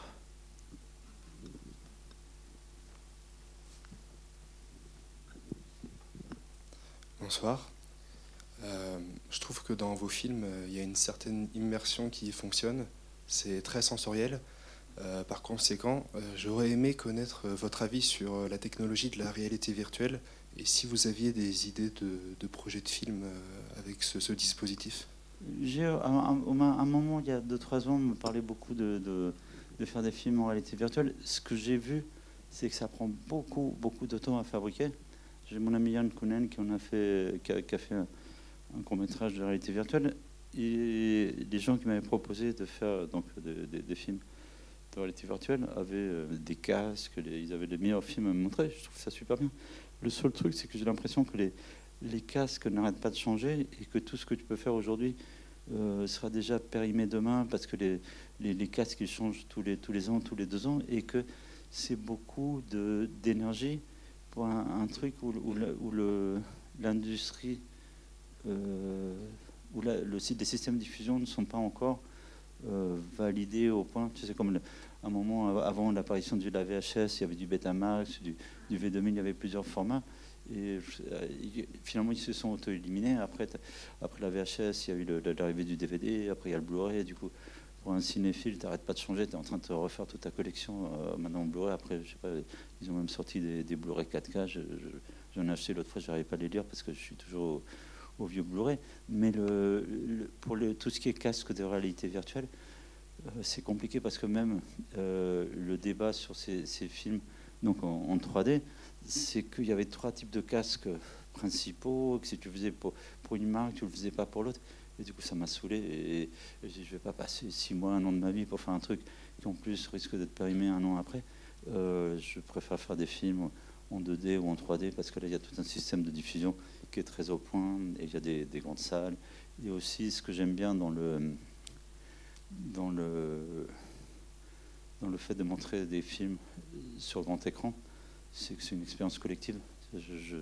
Bonsoir. Je trouve que dans vos films, il y a une certaine immersion qui fonctionne. C'est très sensoriel. Par conséquent, j'aurais aimé connaître votre avis sur la technologie de la réalité virtuelle et si vous aviez des idées de projets de films avec ce dispositif. À un moment, il y a 2-3 ans, on me parlait beaucoup de faire des films en réalité virtuelle. Ce que j'ai vu, c'est que ça prend beaucoup de temps à fabriquer. J'ai mon ami Yann Kounen qui a fait un court-métrage de réalité virtuelle. Et les gens qui m'avaient proposé de faire donc, des films de réalité virtuelle avaient des casques, ils avaient les meilleurs films à me montrer. Je trouve ça super bien. Le seul truc, c'est que j'ai l'impression que les casques n'arrêtent pas de changer et que tout ce que tu peux faire aujourd'hui sera déjà périmé demain parce que les casques ils changent tous les ans, tous les 2 ans et que c'est beaucoup d'énergie pour un truc où l'industrie, où les systèmes de diffusion ne sont pas encore validés au point. Tu sais, comme un moment avant l'apparition de la VHS, il y avait du Betamax, du V2000, il y avait plusieurs formats. Et finalement, ils se sont auto-éliminés. Après la VHS, il y a eu l'arrivée du DVD. Après, il y a le Blu-ray. Du coup, pour un cinéphile, tu n'arrêtes pas de changer. Tu es en train de te refaire toute ta collection maintenant en Blu-ray. Après, je sais pas, ils ont même sorti des Blu-ray 4K. J'en ai acheté l'autre fois, je n'arrivais pas à les lire parce que je suis toujours au vieux Blu-ray. Mais pour tout ce qui est casque de réalité virtuelle, c'est compliqué parce que même le débat sur ces films donc en 3D, c'est qu'il y avait 3 types de casques principaux, que si tu faisais pour une marque, tu ne le faisais pas pour l'autre. Et du coup, ça m'a saoulé. Et je ne vais pas passer 6 mois, 1 an de ma vie pour faire un truc qui, en plus, risque d'être périmé 1 an après. Je préfère faire des films en 2D ou en 3D parce que là, il y a tout un système de diffusion qui est très au point. Et il y a des grandes salles. Et aussi, ce que j'aime bien dans le fait de montrer des films sur grand écran, c'est que c'est une expérience collective. Je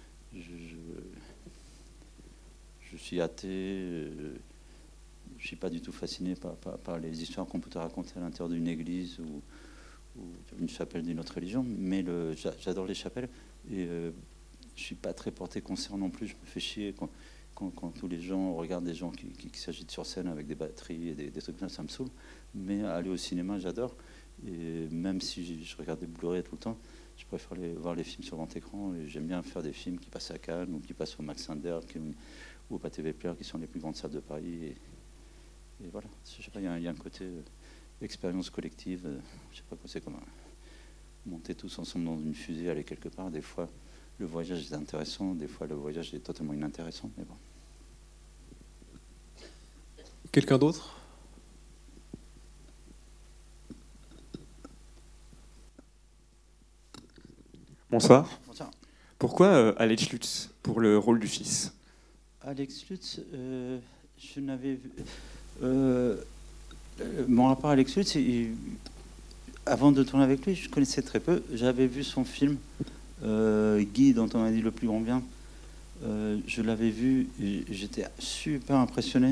suis athée, je ne suis pas du tout fasciné par les histoires qu'on peut te raconter à l'intérieur d'une église ou d'une chapelle d'une autre religion, mais j'adore les chapelles et je ne suis pas très porté concert non plus. Je me fais chier quand tous les gens regardent des gens qui s'agitent sur scène avec des batteries et des trucs là, ça me saoule. Mais aller au cinéma, j'adore. Et même si je regarde des Blu-ray tout le temps, je préfère voir les films sur grand écran. Et j'aime bien faire des films qui passent à Cannes ou qui passent au Max Sinder ou au Pathé Vepler, qui sont les plus grandes salles de Paris. Et voilà, je sais pas, il y a un côté expérience collective. Je sais pas quoi c'est, comme monter tous ensemble dans une fusée, aller quelque part. Des fois, le voyage est intéressant, des fois, le voyage est totalement inintéressant. Mais bon. Quelqu'un d'autre? Bonsoir. Bonsoir. Pourquoi Alex Lutz pour le rôle du fils? Alex Lutz, je n'avais vu. Mon rapport à Alex Lutz, avant de tourner avec lui, je connaissais très peu. J'avais vu son film Guy, dont on a dit le plus grand bien, Je l'avais vu et j'étais super impressionné.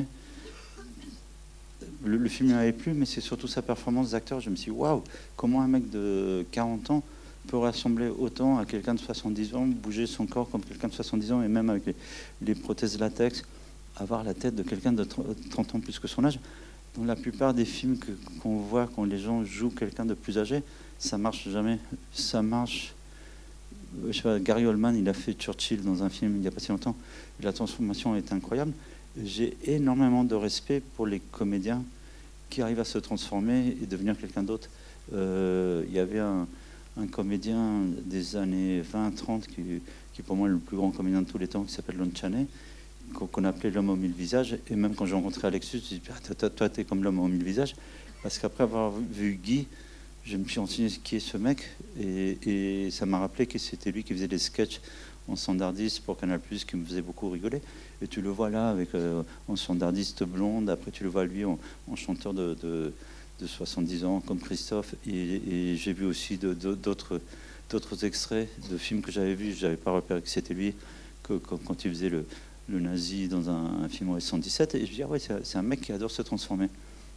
Le film m'avait plu, mais c'est surtout sa performance d'acteur. Je me suis dit, waouh, comment un mec de 40 ans peut ressembler autant à quelqu'un de 70 ans, bouger son corps comme quelqu'un de 70 ans, et même avec les prothèses latex, avoir la tête de quelqu'un de 30 ans plus que son âge. Dans la plupart des films qu'on voit, quand les gens jouent quelqu'un de plus âgé, ça marche jamais. Ça marche. Je sais pas, Gary Oldman, il a fait Churchill dans un film il n'y a pas si longtemps. La transformation est incroyable. J'ai énormément de respect pour les comédiens qui arrivent à se transformer et devenir quelqu'un d'autre. Il y avait un comédien des années 20-30 qui pour moi est le plus grand comédien de tous les temps, qui s'appelle Lon Chaney, qu'on appelait l'homme aux 1000 visages. Et même quand j'ai rencontré Alexis, je dis toi t'es comme l'homme aux 1000 visages, parce qu'après avoir vu Guy, je me suis renseigné qui est ce mec, et ça m'a rappelé que c'était lui qui faisait des sketchs en standardiste pour Canal+, qui me faisait beaucoup rigoler. Et tu le vois là avec en standardiste blonde. Après tu le vois lui en chanteur de 70 ans comme Christophe. Et j'ai vu aussi d'autres extraits de films que j'avais vus. J'avais pas repéré que c'était lui quand il faisait le nazi dans un film OS 117. Et je me dis ouais, c'est un mec qui adore se transformer.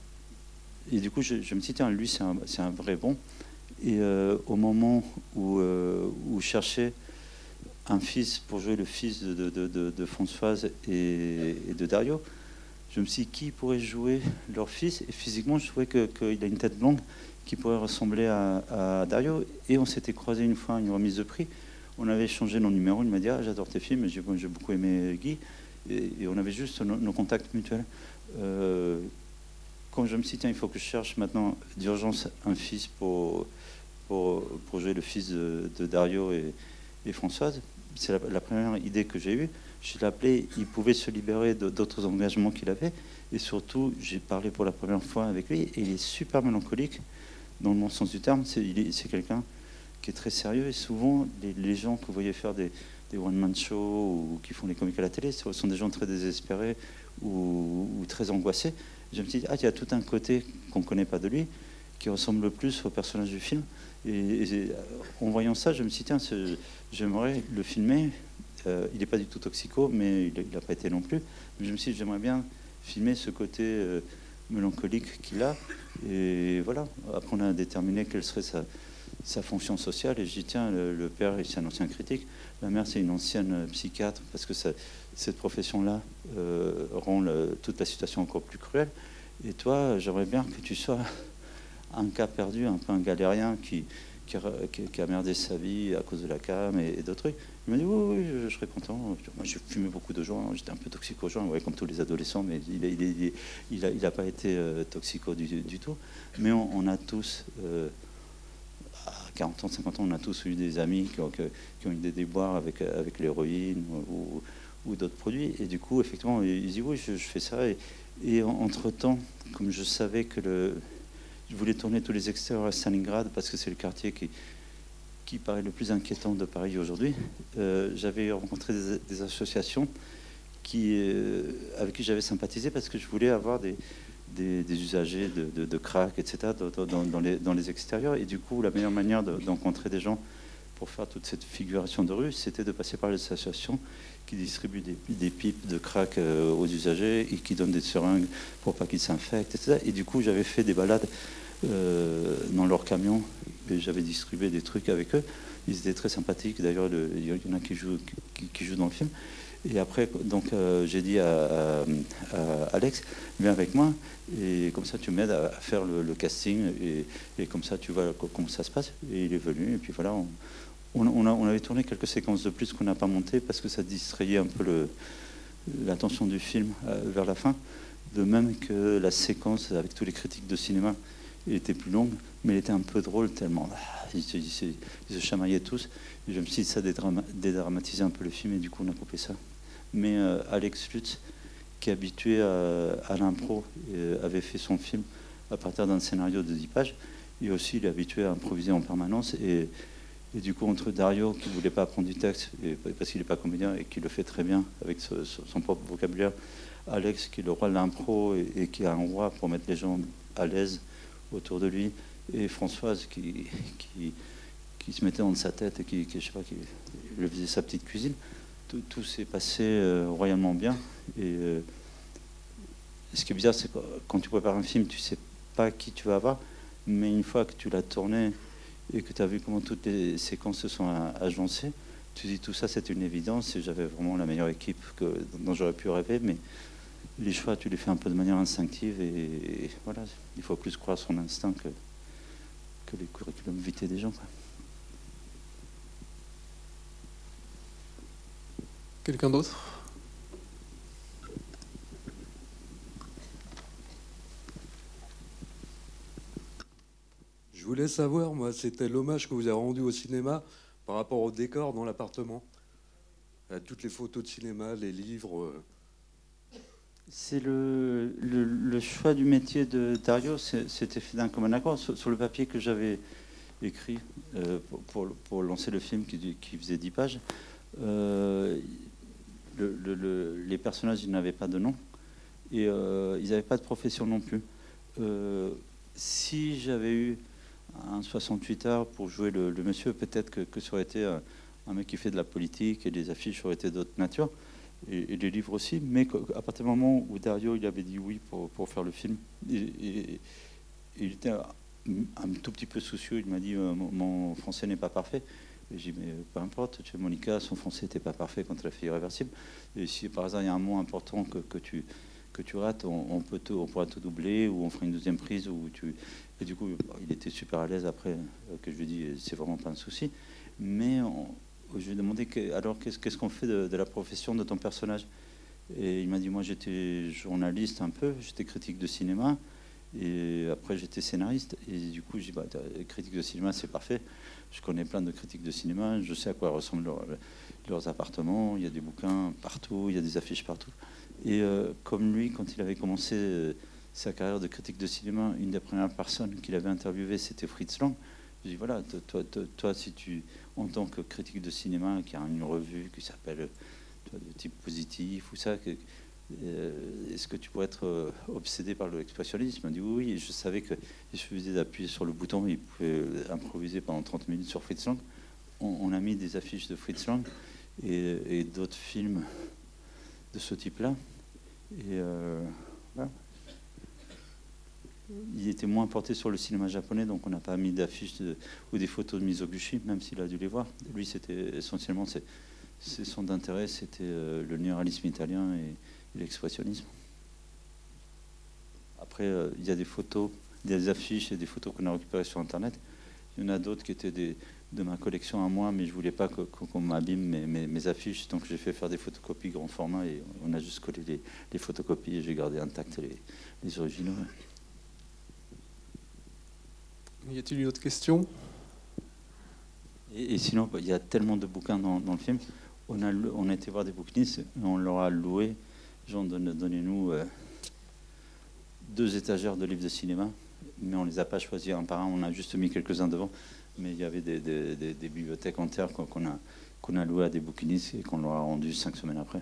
Et du coup je me dis tiens, lui c'est un vrai bon. Et au moment où je cherchais un fils pour jouer le fils de Françoise et de Dario, je me suis dit qui pourrait jouer leur fils, et physiquement je trouvais qu'il a une tête blonde qui pourrait ressembler à Dario. Et on s'était croisé une fois à une remise de prix, on avait échangé nos numéros, il m'a dit j'adore tes films, j'ai beaucoup aimé Guy, et on avait juste nos contacts mutuels. Quand je me suis dit tiens, il faut que je cherche maintenant d'urgence un fils pour jouer le fils de Dario et Françoise, c'est la première idée que j'ai eue. Je l'ai appelé, il pouvait se libérer d'autres engagements qu'il avait. Et surtout, j'ai parlé pour la première fois avec lui. Et il est super mélancolique, dans le bon sens du terme. C'est quelqu'un qui est très sérieux. Et souvent, les gens que vous voyez faire des one-man shows ou qui font des comiques à la télé, ce sont des gens très désespérés ou très angoissés. Je me suis dit, il y a tout un côté qu'on ne connaît pas de lui, qui ressemble le plus au personnage du film. Et en voyant ça, je me suis dit, tiens, j'aimerais le filmer. Il n'est pas du tout toxico, mais il n'a pas été non plus. Mais je me suis dit, j'aimerais bien filmer ce côté mélancolique qu'il a. Et voilà, après on a déterminé quelle serait sa fonction sociale. Et je dis, tiens, le père, c'est un ancien critique. La mère, c'est une ancienne psychiatre, parce que cette profession-là rend toute la situation encore plus cruelle. Et toi, j'aimerais bien que tu sois un cas perdu, un peu un galérien qui a merdé sa vie à cause de la cam et d'autres trucs. Il m'a dit oui, je serais content. Moi, j'ai fumé beaucoup de joints, j'étais un peu toxico joint, ouais, comme tous les adolescents, mais il n'a pas été toxico du tout. Mais on a tous, à 40 ans, 50 ans, on a tous eu des amis qui ont eu des déboires avec l'héroïne ou d'autres produits. Et du coup, effectivement, il dit oui, je fais ça. Et entre-temps, comme je savais que je voulais tourner tous les extérieurs à Stalingrad parce que c'est le quartier qui paraît le plus inquiétant de Paris aujourd'hui. J'avais rencontré des associations avec qui j'avais sympathisé parce que je voulais avoir des usagers de crack, etc. dans les extérieurs. Et du coup, la meilleure manière d'encontrer des gens pour faire toute cette figuration de rue, c'était de passer par les associations qui distribuent des pipes de crack aux usagers et qui donnent des seringues pour pas qu'ils s'infectent, etc. Et du coup, j'avais fait des balades dans leur camion et j'avais distribué des trucs avec eux. Ils étaient très sympathiques. D'ailleurs, il y en a qui jouent dans le film. Et après, donc, j'ai dit à Alex, viens avec moi et comme ça tu m'aides à faire le casting et comme ça tu vois comment ça se passe. Et il est venu et puis voilà, on avait tourné quelques séquences de plus qu'on n'a pas montées parce que ça distrayait un peu l'attention du film vers la fin. De même que la séquence avec tous les critiques de cinéma était plus longue, mais elle était un peu drôle tellement ils se chamaillaient tous. Et je me suis dit ça dédramatisait un peu le film et du coup on a coupé ça. Mais Alex Lutz, qui est habitué à l'impro, avait fait son film à partir d'un scénario de 10 pages. Et aussi, il est habitué à improviser en permanence. Et du coup, entre Dario, qui ne voulait pas apprendre du texte, parce qu'il n'est pas comédien et qui le fait très bien avec son propre vocabulaire, Alex, qui est le roi de l'impro et qui est un roi pour mettre les gens à l'aise autour de lui, et Françoise, qui se mettait dans sa tête et qui je sais pas, qui lui faisait sa petite cuisine. tout s'est passé royalement bien. Et ce qui est bizarre, c'est que quand tu prépares un film, tu sais pas qui tu vas avoir, mais une fois que tu l'as tourné et que tu as vu comment toutes les séquences se sont agencées, tu dis tout ça, c'est une évidence, et j'avais vraiment la meilleure équipe dont j'aurais pu rêver, mais les choix, tu les fais un peu de manière instinctive, et voilà, il faut plus croire son instinct que les curriculums vitae des gens, quoi. Quelqu'un d'autre? Je voulais savoir, moi, c'était l'hommage que vous avez rendu au cinéma par rapport au décor dans l'appartement. Toutes les photos de cinéma, les livres. C'est le choix du métier de Dario, c'était fait d'un commun accord. Sur le papier que j'avais écrit pour lancer le film qui faisait 10 pages, les personnages, ils n'avaient pas de nom, et ils n'avaient pas de profession non plus. Si j'avais eu un 68 heures pour jouer le monsieur, peut-être que ça aurait été un mec qui fait de la politique, et les affiches auraient été d'autres natures, et les livres aussi. Mais à partir du moment où Dario il avait dit oui pour faire le film, et il était un tout petit peu soucieux, il m'a dit mon français n'est pas parfait. Et j'ai dit, mais peu importe, tu sais, Monica, son français n'était pas parfait quand elle a fait Irréversible. Et si par hasard il y a un mot important que tu rates, on pourra te doubler, ou on fera une deuxième prise. Et du coup, il était super à l'aise après, que je lui ai dit, c'est vraiment pas un souci. Mais je lui ai demandé, alors qu'est-ce qu'on fait de la profession de ton personnage? Et il m'a dit, moi j'étais journaliste un peu, j'étais critique de cinéma, et après j'étais scénariste. Et du coup, j'ai dit, critique de cinéma, c'est parfait. Je connais plein de critiques de cinéma, je sais à quoi ressemblent leurs appartements, il y a des bouquins partout, il y a des affiches partout. Et comme lui, quand il avait commencé sa carrière de critique de cinéma, une des premières personnes qu'il avait interviewées, c'était Fritz Lang. Je dis, voilà, toi, si tu, en tant que critique de cinéma, qui a une revue qui s'appelle de type positif, ou ça, est-ce que tu pourrais être obsédé par l'expressionnisme? Il m'a dit oui, et je savais qu'il suffisait d'appuyer sur le bouton, il pouvait improviser pendant 30 minutes sur Fritz Lang. On a mis des affiches de Fritz Lang et d'autres films de ce type-là. Et voilà. Il était moins porté sur le cinéma japonais, donc on n'a pas mis d'affiches ou des photos de Mizoguchi, même s'il a dû les voir. Lui, c'était essentiellement, son intérêt, c'était le néoréalisme italien et l'expressionnisme. Après, il y a des photos, des affiches et des photos qu'on a récupérées sur Internet. Il y en a d'autres qui étaient de ma collection à moi, mais je voulais pas qu'on m'abîme mes affiches, donc j'ai fait faire des photocopies grand format, et on a juste collé les photocopies, et j'ai gardé intactes les originaux. Y a-t-il une autre question? Et sinon, il y a tellement de bouquins dans le film. On a été voir des bouquinistes, on leur a loué. Genre, donnez-nous 2 étagères de livres de cinéma, mais on les a pas choisis un par un. On a juste mis quelques-uns devant. Mais il y avait des bibliothèques entières qu'on a louées à des bouquinistes et qu'on leur a rendues 5 semaines après.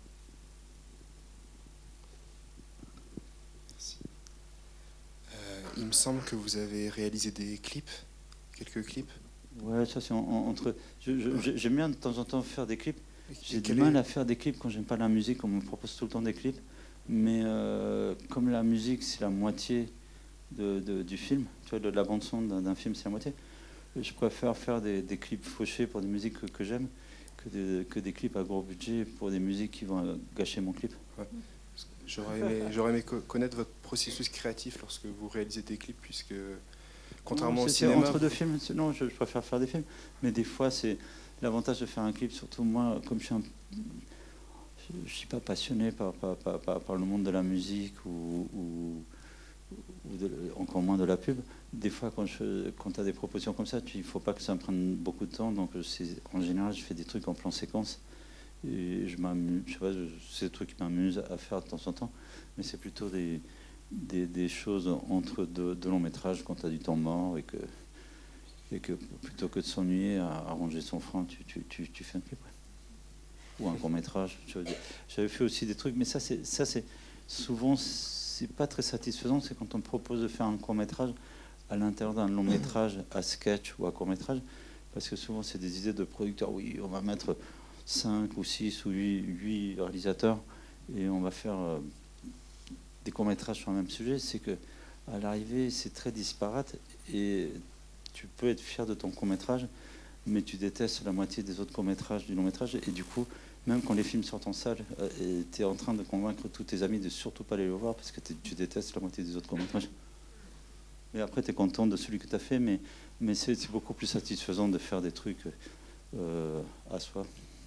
Merci. Il me semble que vous avez réalisé des clips, quelques clips. Ouais, ça c'est entre. J'aime bien de temps en temps faire des clips. J'ai du mal à faire des clips quand j'aime pas la musique. On me propose tout le temps des clips, mais comme la musique c'est la moitié du film, tu vois, de la bande son d'un film c'est la moitié. Je préfère faire des clips fauchés pour des musiques que j'aime que des clips à gros budget pour des musiques qui vont gâcher mon clip. Ouais. J'aurais aimé connaître votre processus créatif lorsque vous réalisez des clips, puisque contrairement au cinéma... Entre 2 films, non, je préfère faire des films, mais des fois c'est l'avantage de faire un clip, surtout moi, comme je suis pas passionné par le monde de la musique ou encore moins de la pub. Des fois, quand tu as des propositions comme ça, il ne faut pas que ça me prenne beaucoup de temps. Donc, en général, je fais des trucs en plan séquence. Et je m'amuse. Je sais pas, c'est des trucs qui m'amusent à faire de temps en temps. Mais c'est plutôt des choses entre deux longs métrages quand tu as du temps mort et que plutôt que de s'ennuyer à ranger son frein, tu fais un clip. Ou un court métrage. J'avais fait aussi des trucs, mais ça c'est souvent c'est pas très satisfaisant. C'est quand on me propose de faire un court métrage à l'intérieur d'un long métrage, à sketch ou à court métrage, parce que souvent c'est des idées de producteurs. Oui, on va mettre 5 ou 6 ou 8 réalisateurs et on va faire des courts-métrages sur le même sujet, c'est que à l'arrivée, c'est très disparate et tu peux être fier de ton court-métrage, mais tu détestes la moitié des autres courts-métrages du long-métrage. Et du coup, même quand les films sortent en salle, tu es en train de convaincre tous tes amis de surtout pas aller le voir parce que tu détestes la moitié des autres courts-métrages. Mais après, tu es content de celui que tu as fait, mais c'est beaucoup plus satisfaisant de faire des trucs à soi.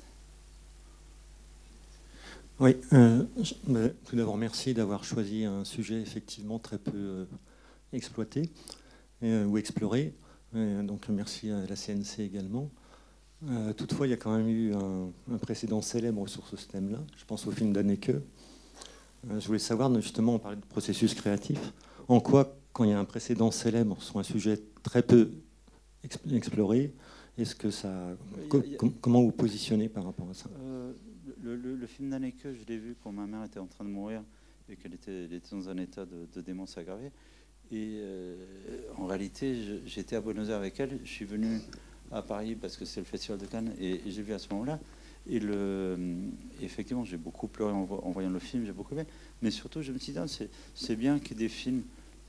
Oui, tout d'abord, merci d'avoir choisi un sujet effectivement très peu exploité ou exploré. Donc merci à la CNC également. Toutefois, il y a quand même eu un précédent célèbre sur ce thème-là. Je pense au film d'Haneke. Je voulais savoir, justement, on parlait de processus créatif. En quoi, quand il y a un précédent célèbre sur un sujet très peu exploré, est-ce que ça, comment vous positionnez par rapport à ça? Le film d'Haneke, je l'ai vu quand ma mère était en train de mourir et qu'elle était dans un état de démence aggravée. Et en réalité, j'étais à Buenos Aires avec elle. Je suis venu à Paris parce que c'est le Festival de Cannes et j'ai vu à ce moment-là. Et effectivement, j'ai beaucoup pleuré en voyant le film, j'ai beaucoup aimé. Mais surtout, je me suis dit, c'est bien qu'il y ait des films.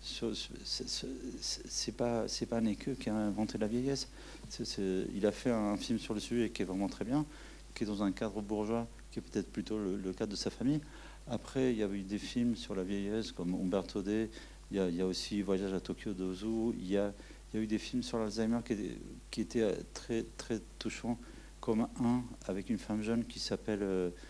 C'est pas Haneke qui a inventé la vieillesse. Il a fait un film sur le sujet qui est vraiment très bien, qui est dans un cadre bourgeois, qui est peut-être plutôt le cadre de sa famille. Après, il y a eu des films sur la vieillesse comme Umberto D. Il y a aussi Voyage à Tokyo d'Ozu. Il y a eu des films sur l'Alzheimer qui étaient très, très touchants, comme un avec une femme jeune qui s'appelle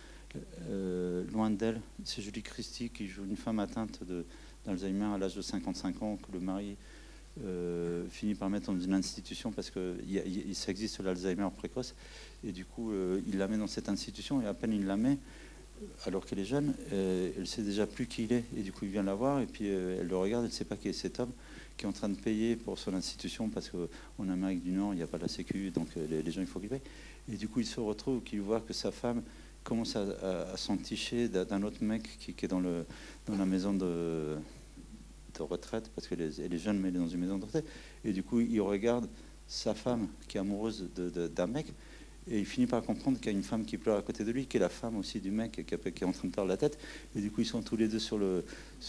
Loin d'elle. C'est Julie Christie qui joue une femme atteinte d'Alzheimer à l'âge de 55 ans, que le mari finit par mettre dans une institution parce que ça existe l'Alzheimer précoce. Et du coup, il la met dans cette institution et à peine il la met, alors qu'elle est jeune, elle sait déjà plus qui il est. Et du coup, il vient la voir et puis elle le regarde, elle ne sait pas qui est cet homme qui est en train de payer pour son institution parce qu'en Amérique du Nord, il n'y a pas la sécu, donc les gens, il faut qu'ils payent. Et du coup, il se retrouve qu'il voit que sa femme commence à s'enticher d'un autre mec qui est dans la maison de retraite, parce qu'elle est jeune, mais elle est dans une maison de retraite. Et du coup, il regarde sa femme qui est amoureuse d'un mec. Et il finit par comprendre qu'il y a une femme qui pleure à côté de lui, qui est la femme aussi du mec qui est en train de perdre la tête. Et du coup, ils sont tous les deux sur le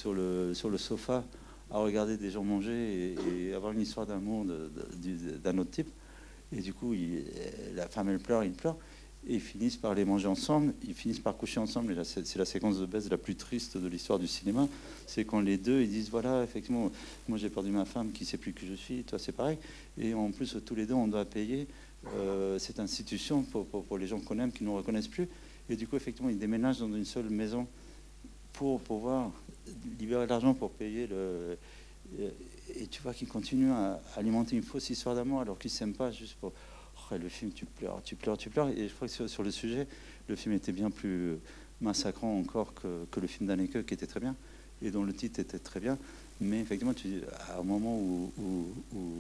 sofa à regarder des gens manger et avoir une histoire d'amour d'un autre type. Et du coup, la femme, elle pleure, il pleure. Et ils finissent par les manger ensemble, ils finissent par coucher ensemble. Et là, c'est la séquence de baise la plus triste de l'histoire du cinéma. C'est quand les deux, ils disent, voilà, effectivement, moi j'ai perdu ma femme qui ne sait plus qui je suis, toi c'est pareil. Et en plus, tous les deux, on doit payer cette institution pour les gens qu'on aime, qui ne nous reconnaissent plus. Et du coup, effectivement, ils déménagent dans une seule maison pour pouvoir libérer l'argent pour payer le... Et tu vois qu'ils continuent à alimenter une fausse histoire d'amour alors qu'ils ne s'aiment pas juste pour... Oh, le film, tu pleures. Et je crois que sur le sujet, le film était bien plus massacrant encore que le film d'Haneke, qui était très bien, et dont le titre était très bien. Mais effectivement, à un moment où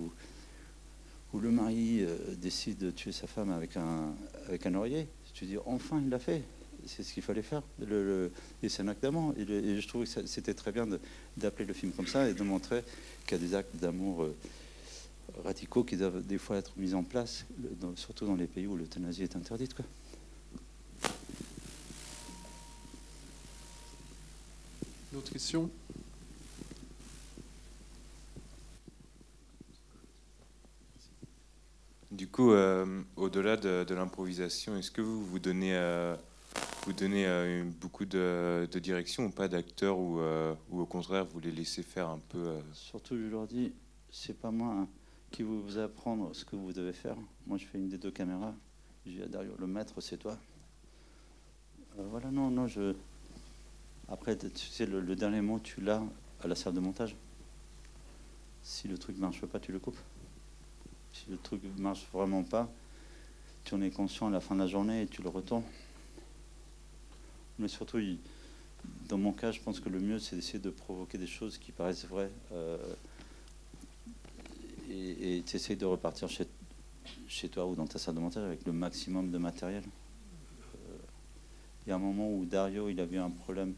le mari décide de tuer sa femme avec un oreiller, tu dis, enfin, il l'a fait. C'est ce qu'il fallait faire. Et c'est un acte d'amour. Et je trouve que c'était très bien d'appeler le film comme ça et de montrer qu'il y a des actes d'amour radicaux qui doivent des fois être mis en place, surtout dans les pays où l'euthanasie est interdite, quoi. D'autres questions? Du coup, au-delà de l'improvisation, est-ce que vous donnez beaucoup de direction ou pas d'acteurs ou au contraire vous les laissez faire un peu Surtout, je leur dis, c'est pas moi qui vais vous apprendre ce que vous devez faire. Moi, je fais une des deux caméras. Je dis à Dario, le maître, c'est toi. Voilà, non, je... Après, tu sais, le dernier mot, tu l'as à la salle de montage. Si le truc marche pas, tu le coupes. Si le truc marche vraiment pas, tu en es conscient à la fin de la journée et tu le retournes. Mais surtout, dans mon cas, je pense que le mieux, c'est d'essayer de provoquer des choses qui paraissent vraies. Et tu essayes de repartir chez toi ou dans ta salle de montage avec le maximum de matériel. Il y a un moment où Dario, il avait un problème.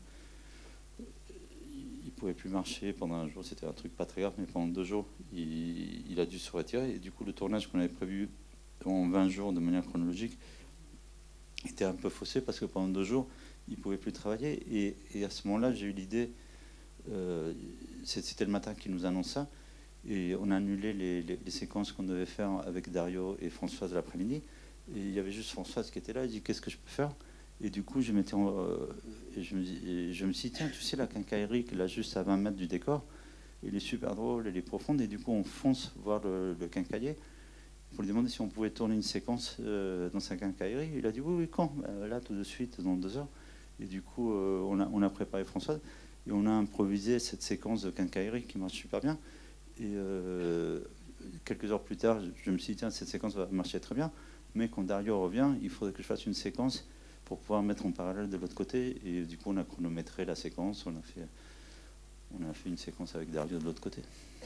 Il pouvait plus marcher pendant un jour. C'était un truc pas très grave, mais pendant 2 jours, il a dû se retirer. Et du coup, le tournage qu'on avait prévu en 20 jours de manière chronologique était un peu faussé parce que pendant 2 jours, il ne pouvait plus travailler. Et à ce moment-là, j'ai eu l'idée, c'était le matin qu'il nous annonce ça, et on a annulé les séquences qu'on devait faire avec Dario et Françoise l'après-midi. Et il y avait juste Françoise qui était là, il dit qu'est-ce que je peux faire? Et du coup, je me suis dit, tiens, tu sais, la quincaillerie qui est là juste à 20 mètres du décor, elle est super drôle, elle est profonde, et du coup, on fonce voir le quincailler pour lui demander si on pouvait tourner une séquence dans sa quincaillerie. Il a dit oui, quand? Là, tout de suite, dans 2 heures. Et du coup, on a préparé Françoise et on a improvisé cette séquence de quincaillerie qui marche super bien. Et quelques heures plus tard, je me suis dit, tiens, cette séquence va marcher très bien, mais quand Dario revient, il faudrait que je fasse une séquence pour pouvoir mettre en parallèle de l'autre côté. Et du coup, on a chronométré la séquence, on a fait une séquence avec Dario de l'autre côté.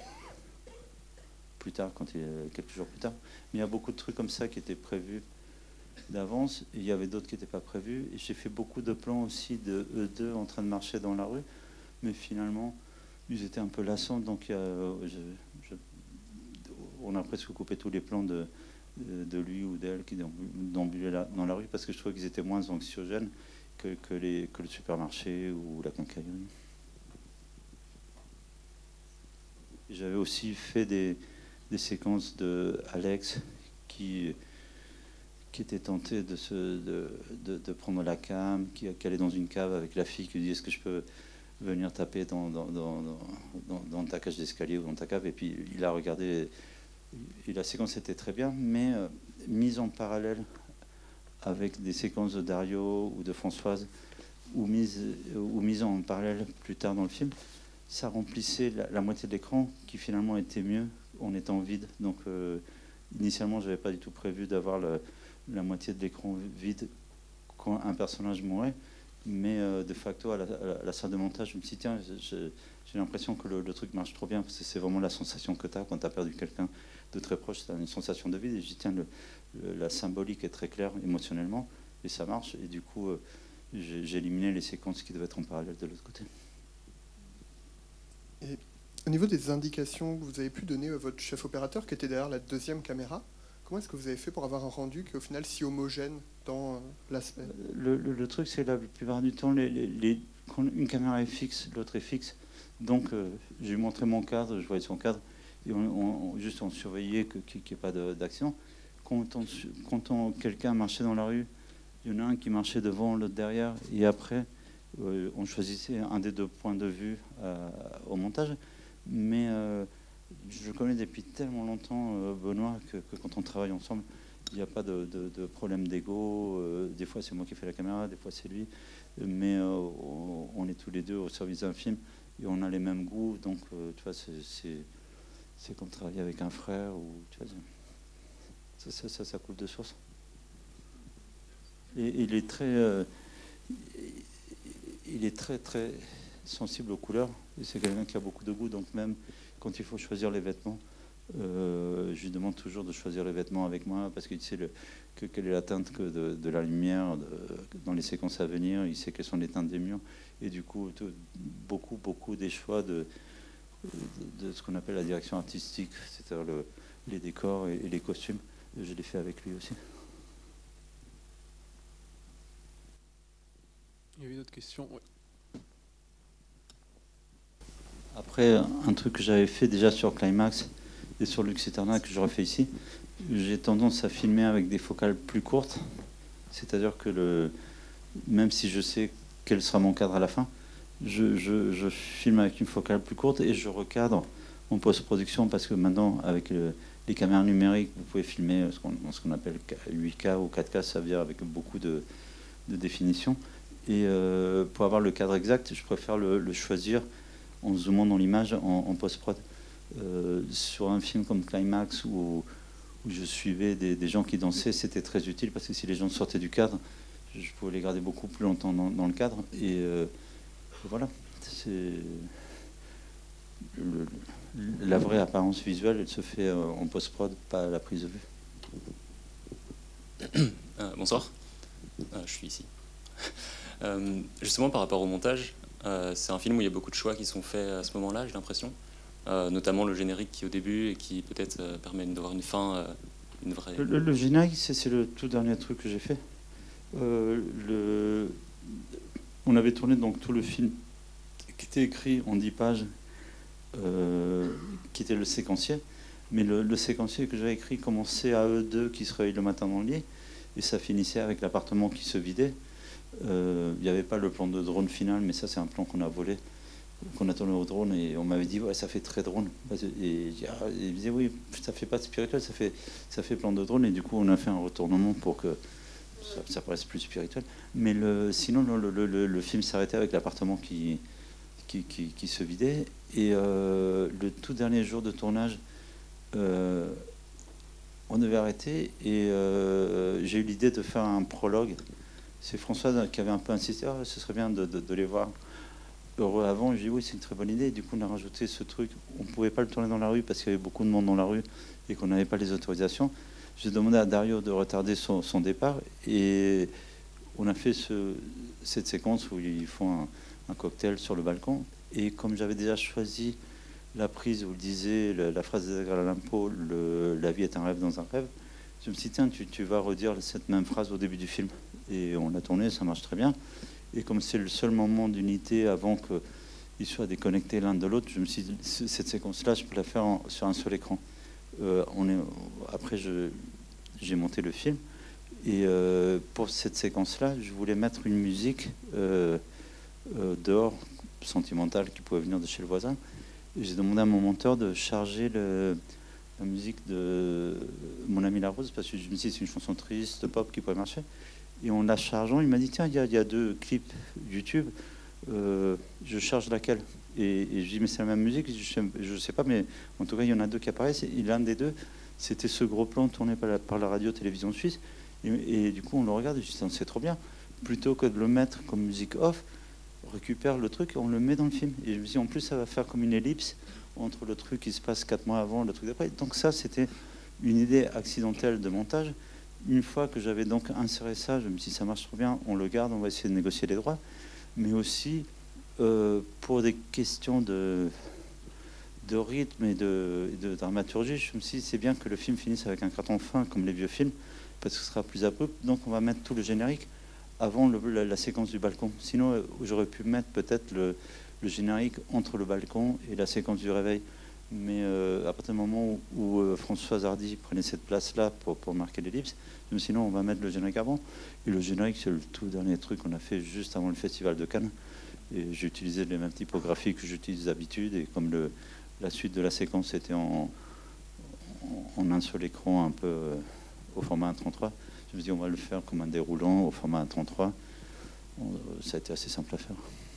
Plus tard, quelques jours plus tard. Mais il y a beaucoup de trucs comme ça qui étaient prévus d'avance, et il y avait d'autres qui n'étaient pas prévus. Et j'ai fait beaucoup de plans aussi de eux deux en train de marcher dans la rue, mais finalement, ils étaient un peu lassants, donc on a presque coupé tous les plans de lui ou d'elle qui déambulaient dans la rue, parce que je trouvais qu'ils étaient moins anxiogènes que le supermarché ou la quincaillerie. J'avais aussi fait des séquences de Alex qui était tenté de prendre la cam, qui allait dans une cave avec la fille, qui lui dit est-ce que je peux venir taper dans ta cage d'escalier ou dans ta cave, et puis il a regardé et la séquence était très bien, mais mise en parallèle avec des séquences de Dario ou de Françoise, ou mise en parallèle plus tard dans le film, ça remplissait la moitié de l'écran qui finalement était mieux en étant vide. Donc initialement, je n'avais pas du tout prévu d'avoir la moitié de l'écran vide quand un personnage mourait, mais de facto à la salle de montage, je me suis dit tiens, j'ai l'impression que le truc marche trop bien, parce que c'est vraiment la sensation que tu as quand tu as perdu quelqu'un de très proche, tu as une sensation de vide, et je dis tiens, la symbolique est très claire émotionnellement, et ça marche, et du coup j'ai éliminé les séquences qui devaient être en parallèle de l'autre côté. Et au niveau des indications que vous avez pu donner à votre chef opérateur qui était derrière la deuxième caméra, comment est-ce que vous avez fait pour avoir un rendu qui est au final si homogène dans l'aspect? Le truc, c'est la plupart du temps, quand une caméra est fixe, l'autre est fixe. Donc j'ai montré mon cadre, je voyais son cadre, et juste on surveillait qu'il n'y ait pas d'accident. Quand quelqu'un marchait dans la rue, il y en a un qui marchait devant, l'autre derrière, et après on choisissait un des 2 points de vue au montage. Mais je connais depuis tellement longtemps Benoît que quand on travaille ensemble, il n'y a pas de problème d'ego. Des fois c'est moi qui fais la caméra, des fois c'est lui, mais on est tous les deux au service d'un film et on a les mêmes goûts, donc tu vois, c'est comme travailler avec un frère, ou tu vois, ça coule de source. Et il est très très sensible aux couleurs, et c'est quelqu'un qui a beaucoup de goût, donc même quand il faut choisir les vêtements, je lui demande toujours de choisir les vêtements avec moi, parce qu'il sait quelle est la teinte de la lumière dans les séquences à venir, il sait quelles sont les teintes des murs, et du coup beaucoup des choix de ce qu'on appelle la direction artistique, c'est-à-dire les décors et les costumes, je les fais avec lui aussi. Il y avait d'autres questions? Ouais. Après, un truc que j'avais fait déjà sur Climax et sur Lux Eterna, que j'aurais fait ici, j'ai tendance à filmer avec des focales plus courtes. C'est-à-dire que même si je sais quel sera mon cadre à la fin, je filme avec une focale plus courte et je recadre en post-production, parce que maintenant, avec les caméras numériques, vous pouvez filmer ce qu'on appelle 8K ou 4K, ça veut dire avec beaucoup de définition. Et pour avoir le cadre exact, je préfère le choisir en zoomant dans l'image en post-prod. Sur un film comme Climax où je suivais des gens qui dansaient, c'était très utile, parce que si les gens sortaient du cadre, je pouvais les garder beaucoup plus longtemps dans le cadre. Et voilà, c'est la vraie apparence visuelle, elle se fait en post-prod, pas à la prise de vue. Bonsoir, je suis ici. Justement, par rapport au montage, c'est un film où il y a beaucoup de choix qui sont faits à ce moment-là, j'ai l'impression. Notamment le générique qui est au début et qui peut-être permet d'avoir une fin, une vraie... Le générique, c'est le tout dernier truc que j'ai fait. On avait tourné donc tout le film qui était écrit en 10 pages, qui était le séquencier. Mais le séquencier que j'avais écrit commençait à eux deux qui se réveillent le matin dans le lit, et ça finissait avec l'appartement qui se vidait. Il n'y avait pas le plan de drone final, mais ça c'est un plan qu'on a volé, qu'on a tourné au drone, et on m'avait dit ouais, ça fait très drone. Et il disait oui, ça fait pas de spirituel, ça fait plan de drone, et du coup on a fait un retournement pour que ça paraisse plus spirituel. Mais sinon le film s'arrêtait avec l'appartement qui se vidait, et le tout dernier jour de tournage, on devait arrêter, et j'ai eu l'idée de faire un prologue. C'est Françoise qui avait un peu insisté, ce serait bien de les voir heureux avant. J'ai dit oui, c'est une très bonne idée. Et du coup, on a rajouté ce truc. On ne pouvait pas le tourner dans la rue parce qu'il y avait beaucoup de monde dans la rue et qu'on n'avait pas les autorisations. J'ai demandé à Dario de retarder son départ, et on a fait cette séquence où ils font un cocktail sur le balcon. Et comme j'avais déjà choisi la prise où il disait la phrase d'Edgar Allan Poe, la vie est un rêve dans un rêve, je me suis dit tiens, tu vas redire cette même phrase au début du film. Et on l'a tourné, ça marche très bien. Et comme c'est le seul moment d'unité avant qu'ils soient déconnectés l'un de l'autre, je me suis dit cette séquence-là, je peux la faire sur un seul écran. Après, j'ai monté le film, et pour cette séquence-là, je voulais mettre une musique dehors, sentimentale, qui pouvait venir de chez le voisin. Et j'ai demandé à mon monteur de charger la musique de Mon ami la rose, parce que je me suis dit c'est une chanson triste, pop, qui pourrait marcher. Et en la chargeant, il m'a dit tiens, il y a 2 clips YouTube, je charge laquelle? Et je dis mais c'est la même musique, je sais pas, mais en tout cas il y en a 2 qui apparaissent, et l'un des 2 c'était ce gros plan tourné par la radio-télévision suisse, et du coup on le regarde et je dis c'est trop bien, plutôt que de le mettre comme musique off, on récupère le truc et on le met dans le film. Et je me dis en plus ça va faire comme une ellipse entre le truc qui se passe 4 mois avant et le truc d'après. Donc ça c'était une idée accidentelle de montage. Une fois que j'avais donc inséré ça, je me suis dit ça marche trop bien, on le garde, on va essayer de négocier les droits. Mais aussi pour des questions de rythme et de dramaturgie, je me suis dit c'est bien que le film finisse avec un carton fin comme les vieux films, parce que ce sera plus abrupt. Donc on va mettre tout le générique avant la séquence du balcon. Sinon j'aurais pu mettre peut-être le générique entre le balcon et la séquence du réveil. Mais à partir du moment où Françoise Hardy prenait cette place-là pour marquer l'ellipse, sinon on va mettre le générique avant. Et le générique, c'est le tout dernier truc qu'on a fait juste avant le festival de Cannes. Et j'ai utilisé les mêmes typographies que j'utilise d'habitude. Et comme la suite de la séquence était en un seul écran, un peu au format 1.33, je me suis dit on va le faire comme un déroulant au format 1.33. Ça a été assez simple à faire.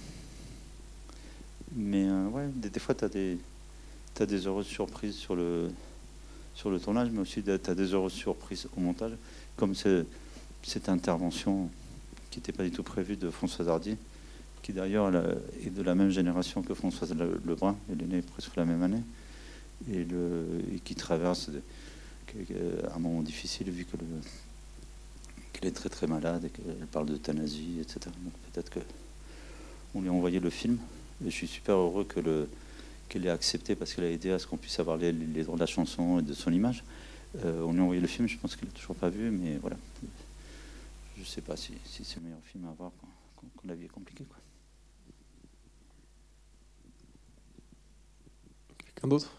Mais ouais, des fois, tu as des heureuses surprises sur le tournage, mais aussi tu as des heureuses surprises au montage, comme cette intervention qui n'était pas du tout prévue de Françoise Hardy, qui d'ailleurs est de la même génération que Françoise Lebrun, elle est née presque la même année, et qui traverse un moment difficile vu qu'elle est très très malade et qu'elle parle d'euthanasie, etc. Donc peut-être qu'on lui a envoyé le film, et je suis super heureux qu'elle ait accepté, parce qu'elle a aidé à ce qu'on puisse avoir les droits de la chanson et de son image. On lui a envoyé le film, je pense qu'il n'a toujours pas vu, mais voilà. Je ne sais pas si c'est le meilleur film à voir quand la vie est compliquée, quoi. Quelqu'un d'autre?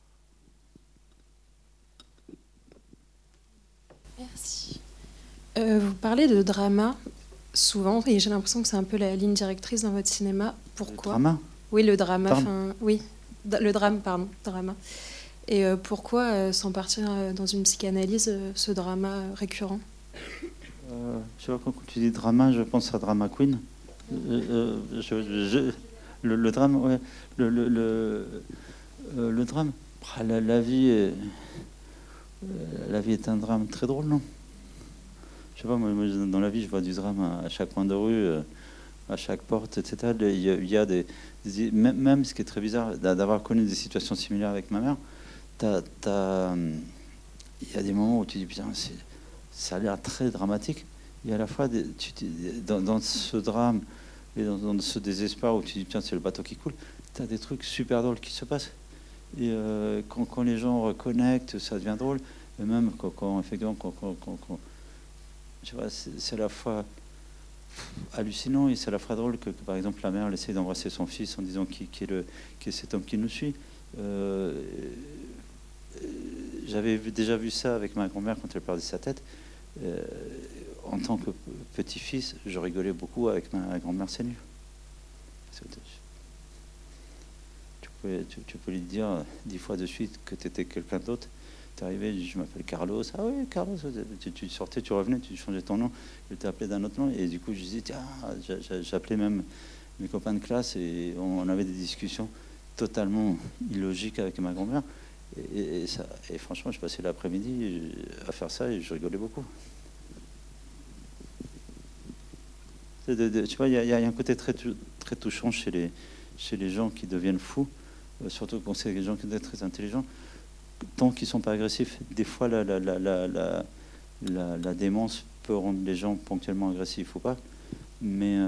Merci. Vous parlez de drama souvent, et j'ai l'impression que c'est un peu la ligne directrice dans votre cinéma. Pourquoi? Le drama? Oui, le drama. Oui, le drame, pardon, drama. Et pourquoi s'en partir dans une psychanalyse, ce drama récurrent? Je sais pas, quand tu dis drama, je pense à Drama Queen. Le drame, ouais. Le drame. La vie est un drame très drôle, non? Je sais pas, moi, dans la vie, je vois du drame à chaque coin de rue, à chaque porte, etc. Il y a même ce qui est très bizarre, d'avoir connu des situations similaires avec ma mère, il y a des moments où tu dis, putain, ça a l'air très dramatique, et à la fois, dans ce drame et dans ce désespoir où tu dis, tiens, c'est le bateau qui coule, tu as des trucs super drôles qui se passent. Et quand les gens reconnectent, ça devient drôle. Et même effectivement, je tu vois, c'est à la fois hallucinant et c'est à la fois drôle que, par exemple, la mère elle essaie d'embrasser son fils en disant qui est cet homme qui nous suit. J'avais déjà vu ça avec ma grand-mère quand elle perdait sa tête. En tant que petit-fils, je rigolais beaucoup avec ma grand-mère sénile. Tu peux lui dire 10 fois de suite que tu étais quelqu'un d'autre. Tu es arrivé, je m'appelle Carlos. Ah oui, Carlos. Tu sortais, tu revenais, tu changeais ton nom. Je t'ai appelé d'un autre nom. Et du coup, je disais, tiens, j'appelais même mes copains de classe et on avait des discussions totalement illogiques avec ma grand-mère. Et franchement, je passais l'après-midi à faire ça et je rigolais beaucoup. Tu vois, il y a un côté très touchant chez les gens qui deviennent fous, surtout quand c'est des gens qui sont très intelligents, tant qu'ils ne sont pas agressifs. Des fois, la démence peut rendre les gens ponctuellement agressifs ou pas, mais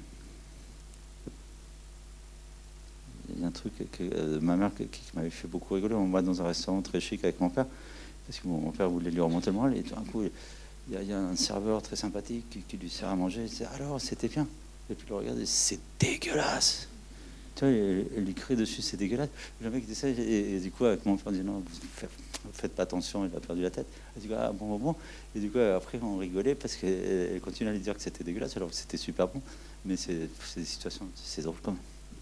il y a un truc que ma mère qui m'avait fait beaucoup rigoler. On va dans un restaurant très chic avec mon père, parce que mon père voulait lui remonter le moral, et tout d'un coup, il y a un serveur très sympathique qui lui sert à manger. Il dit, alors, c'était bien. Et puis il le regarde et c'est dégueulasse. Tu vois, elle lui crie dessus, c'est dégueulasse. Le mec dit ça, et du coup, avec mon père, il dit non, faites pas attention, il a perdu la tête. Elle dit ah bon. Et du coup, après, on rigolait parce qu'elle continue à lui dire que c'était dégueulasse, alors que c'était super bon. Mais c'est des situations, c'est drôle quand même.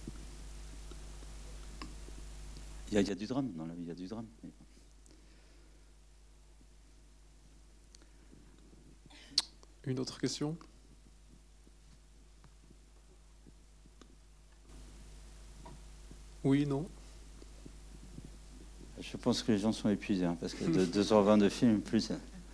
Il y a du drame dans la vie, il y a du drame. Une autre question? Oui, non? Je pense que les gens sont épuisés, hein, parce que de 2h20 de film, plus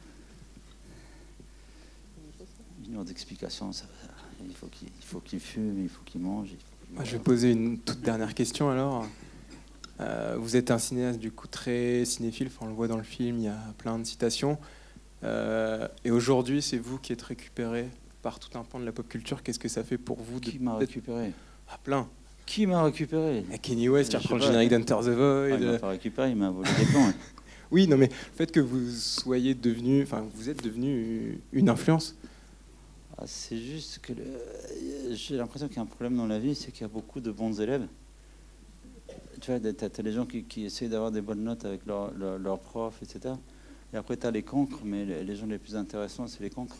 une heure d'explication, il faut qu'il fume, il faut qu'il mange. Je vais poser une toute dernière question alors. Vous êtes un cinéaste du coup très cinéphile, on le voit dans le film, il y a plein de citations. Et aujourd'hui, c'est vous qui êtes récupéré par tout un pan de la pop culture. Qu'est-ce que ça fait pour vous? Qui m'a récupéré? Plein. Qui m'a récupéré? Kenny West qui reprend le générique d'Enter the Void. Il m'a pas récupéré, il m'a volé des plans. Oui, non, mais le fait que vous soyez devenu, vous êtes devenu une influence. C'est juste que j'ai l'impression qu'il y a un problème dans la vie, c'est qu'il y a beaucoup de bons élèves. Tu vois, tu as les gens qui essayent d'avoir des bonnes notes avec leurs profs, etc. Et après, tu as les cancres, mais les gens les plus intéressants, c'est les cancres.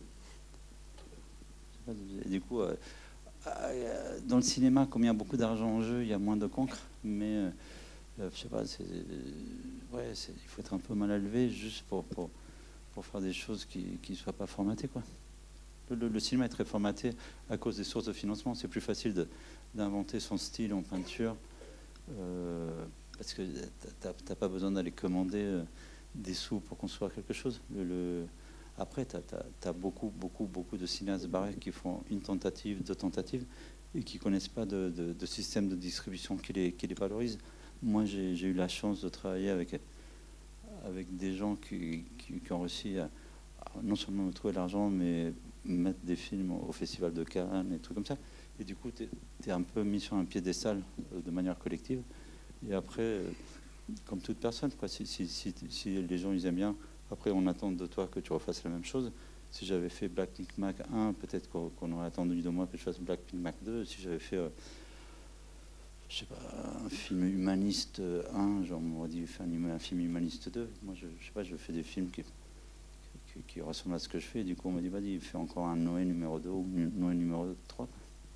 Et du coup, dans le cinéma, comme il y a beaucoup d'argent en jeu, il y a moins de cancres. Mais, je sais pas, il faut être un peu mal élevé juste pour faire des choses qui ne soient pas formatées, quoi. Le cinéma est très formaté à cause des sources de financement. C'est plus facile d'inventer son style en peinture parce que tu n'as pas besoin d'aller commander des sous pour construire quelque chose. Après, tu as beaucoup de cinéastes barrés qui font une tentative, 2 tentatives et qui ne connaissent pas de système de distribution qui les valorise. Moi, j'ai eu la chance de travailler avec des gens qui ont réussi à non seulement me trouver l'argent, mais mettre des films au Festival de Cannes et trucs comme ça. Et du coup, tu es un peu mis sur un piédestal de manière collective. Et après, comme toute personne, quoi, si les gens ils aiment bien, après on attend de toi que tu refasses la même chose. Si j'avais fait Black Pink Mac 1, peut-être qu'on aurait attendu de moi que je fasse Black Pink Mac 2. Si j'avais fait je sais pas, un film humaniste 1, genre on m'aurait dit faire un film humaniste 2. Moi, je sais pas, je fais des films qui ressemblent à ce que je fais. Et du coup, on m'a dit, vas-y, fais encore un Noé numéro 2 ou Noé numéro 3.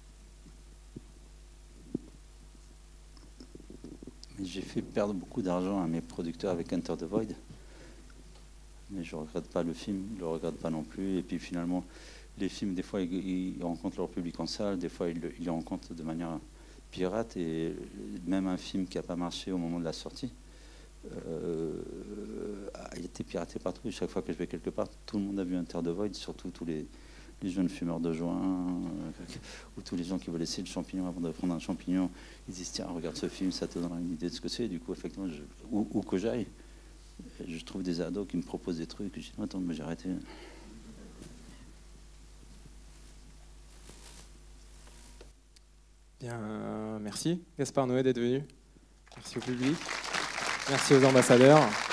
Mais j'ai fait perdre beaucoup d'argent à mes producteurs avec Enter the Void. Mais je ne regrette pas le film, je ne le regrette pas non plus. Et puis finalement, les films, des fois, ils rencontrent leur public en salle, des fois, ils les rencontrent de manière pirate. Et même un film qui n'a pas marché au moment de la sortie, il était piraté partout. Et chaque fois que je vais quelque part, tout le monde a vu Enter the Void, surtout tous les jeunes fumeurs de joint, ou tous les gens qui veulent essayer le champignon avant de prendre un champignon. Ils disent, tiens, regarde ce film, ça te donnera une idée de ce que c'est. Et du coup, effectivement, où que j'aille, je trouve des ados qui me proposent des trucs. Je dis, non, attends, mais j'ai arrêté. Bien, merci Gaspard Noé d'être venu. Merci au public. Merci aux ambassadeurs.